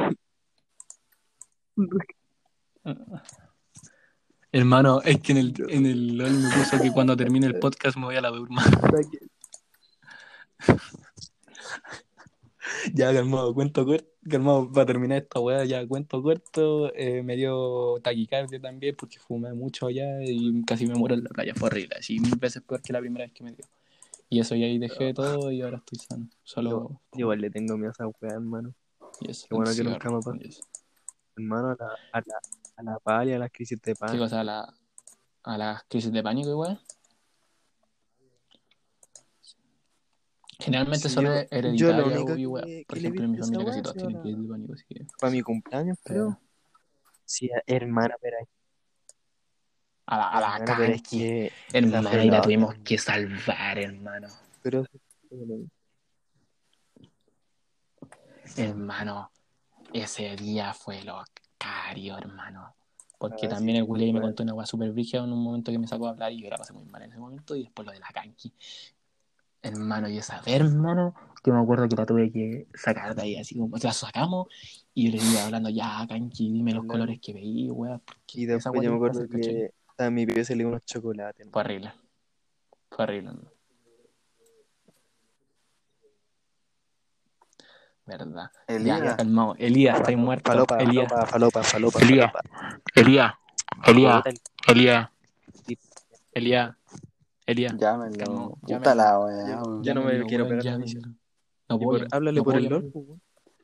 hermano, es que en el LOL me puso que cuando termine el podcast me voy a la durma. Ya, calmado, cuento corto, calmado, para terminar esta weá, ya cuento corto, me dio taquicardia también porque fumé mucho allá y casi me muero en la playa, fue horrible, así 1000 veces peor que la primera vez que me dio. Y eso, y ahí dejé todo y ahora estoy sano, Yo, solo yo igual le tengo miedo a esa weá, hermano. y eso, Qué el bueno que cigarro, nunca me pasó. y eso. Hermano, a la pálida, a las crisis de ¿Qué pánico. cosa? A las crisis de pánico igual. Generalmente Si son yo lo hereditarias, único obvio, weá. Por que le he ejemplo, en mi visto a esa familia casi weá ha todos sido tienen crisis de pánico, así que... para mi cumpleaños, Pero, creo. Sí, hermano, pero es Kanki. que la Hermano, y la pelota, tuvimos hermano. que salvar, hermano. Pero Hermano, ese día fue lo cario, hermano. Porque sí, también el Willy me bueno. contó una weá súper brígida en un momento que me sacó a hablar y yo la pasé muy mal en ese momento. Y después lo de la Kanki. Hermano, y esa vez, hermano, que me acuerdo que la tuve que sacar de ahí, así como, la sacamos y yo le iba hablando, ya, Kanki, dime los Hablar. colores que veí, weá, porque Y esa después weá yo me tenés que acuerdo hacer, ¿cachai? que a mi bebé se le dio unos chocolates, Fue hermano. horrible, fue horrible, hermano. ¿Verdad? Ya, Elías, calmado. Elías, estáis muerto. Falopa, Elías, falopa, falopa, falopa, Elías, falopa. Elías, Elías, Puta, Elías, Elías, Elías. llámenlo. Calmado, Puta llámenlo. la yo, wea, yo no me Llámenlo, quiero weón, pegar la misión. llámenlo. No puedo Háblale no por puedo el LOL, llamarlo. pues, weón.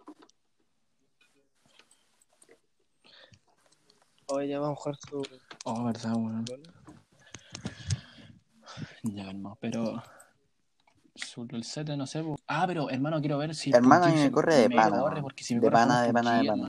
Oye, ya vamos a jugar su Oh, verdad, weón. LOL. Ya calmado, pero Sobre el 7, no sé. Pero hermano, quiero ver si Hermano, a mí Punky me corre de me pana, corre, weón. porque si me De corre con pana, un de pana, de Punky, pana.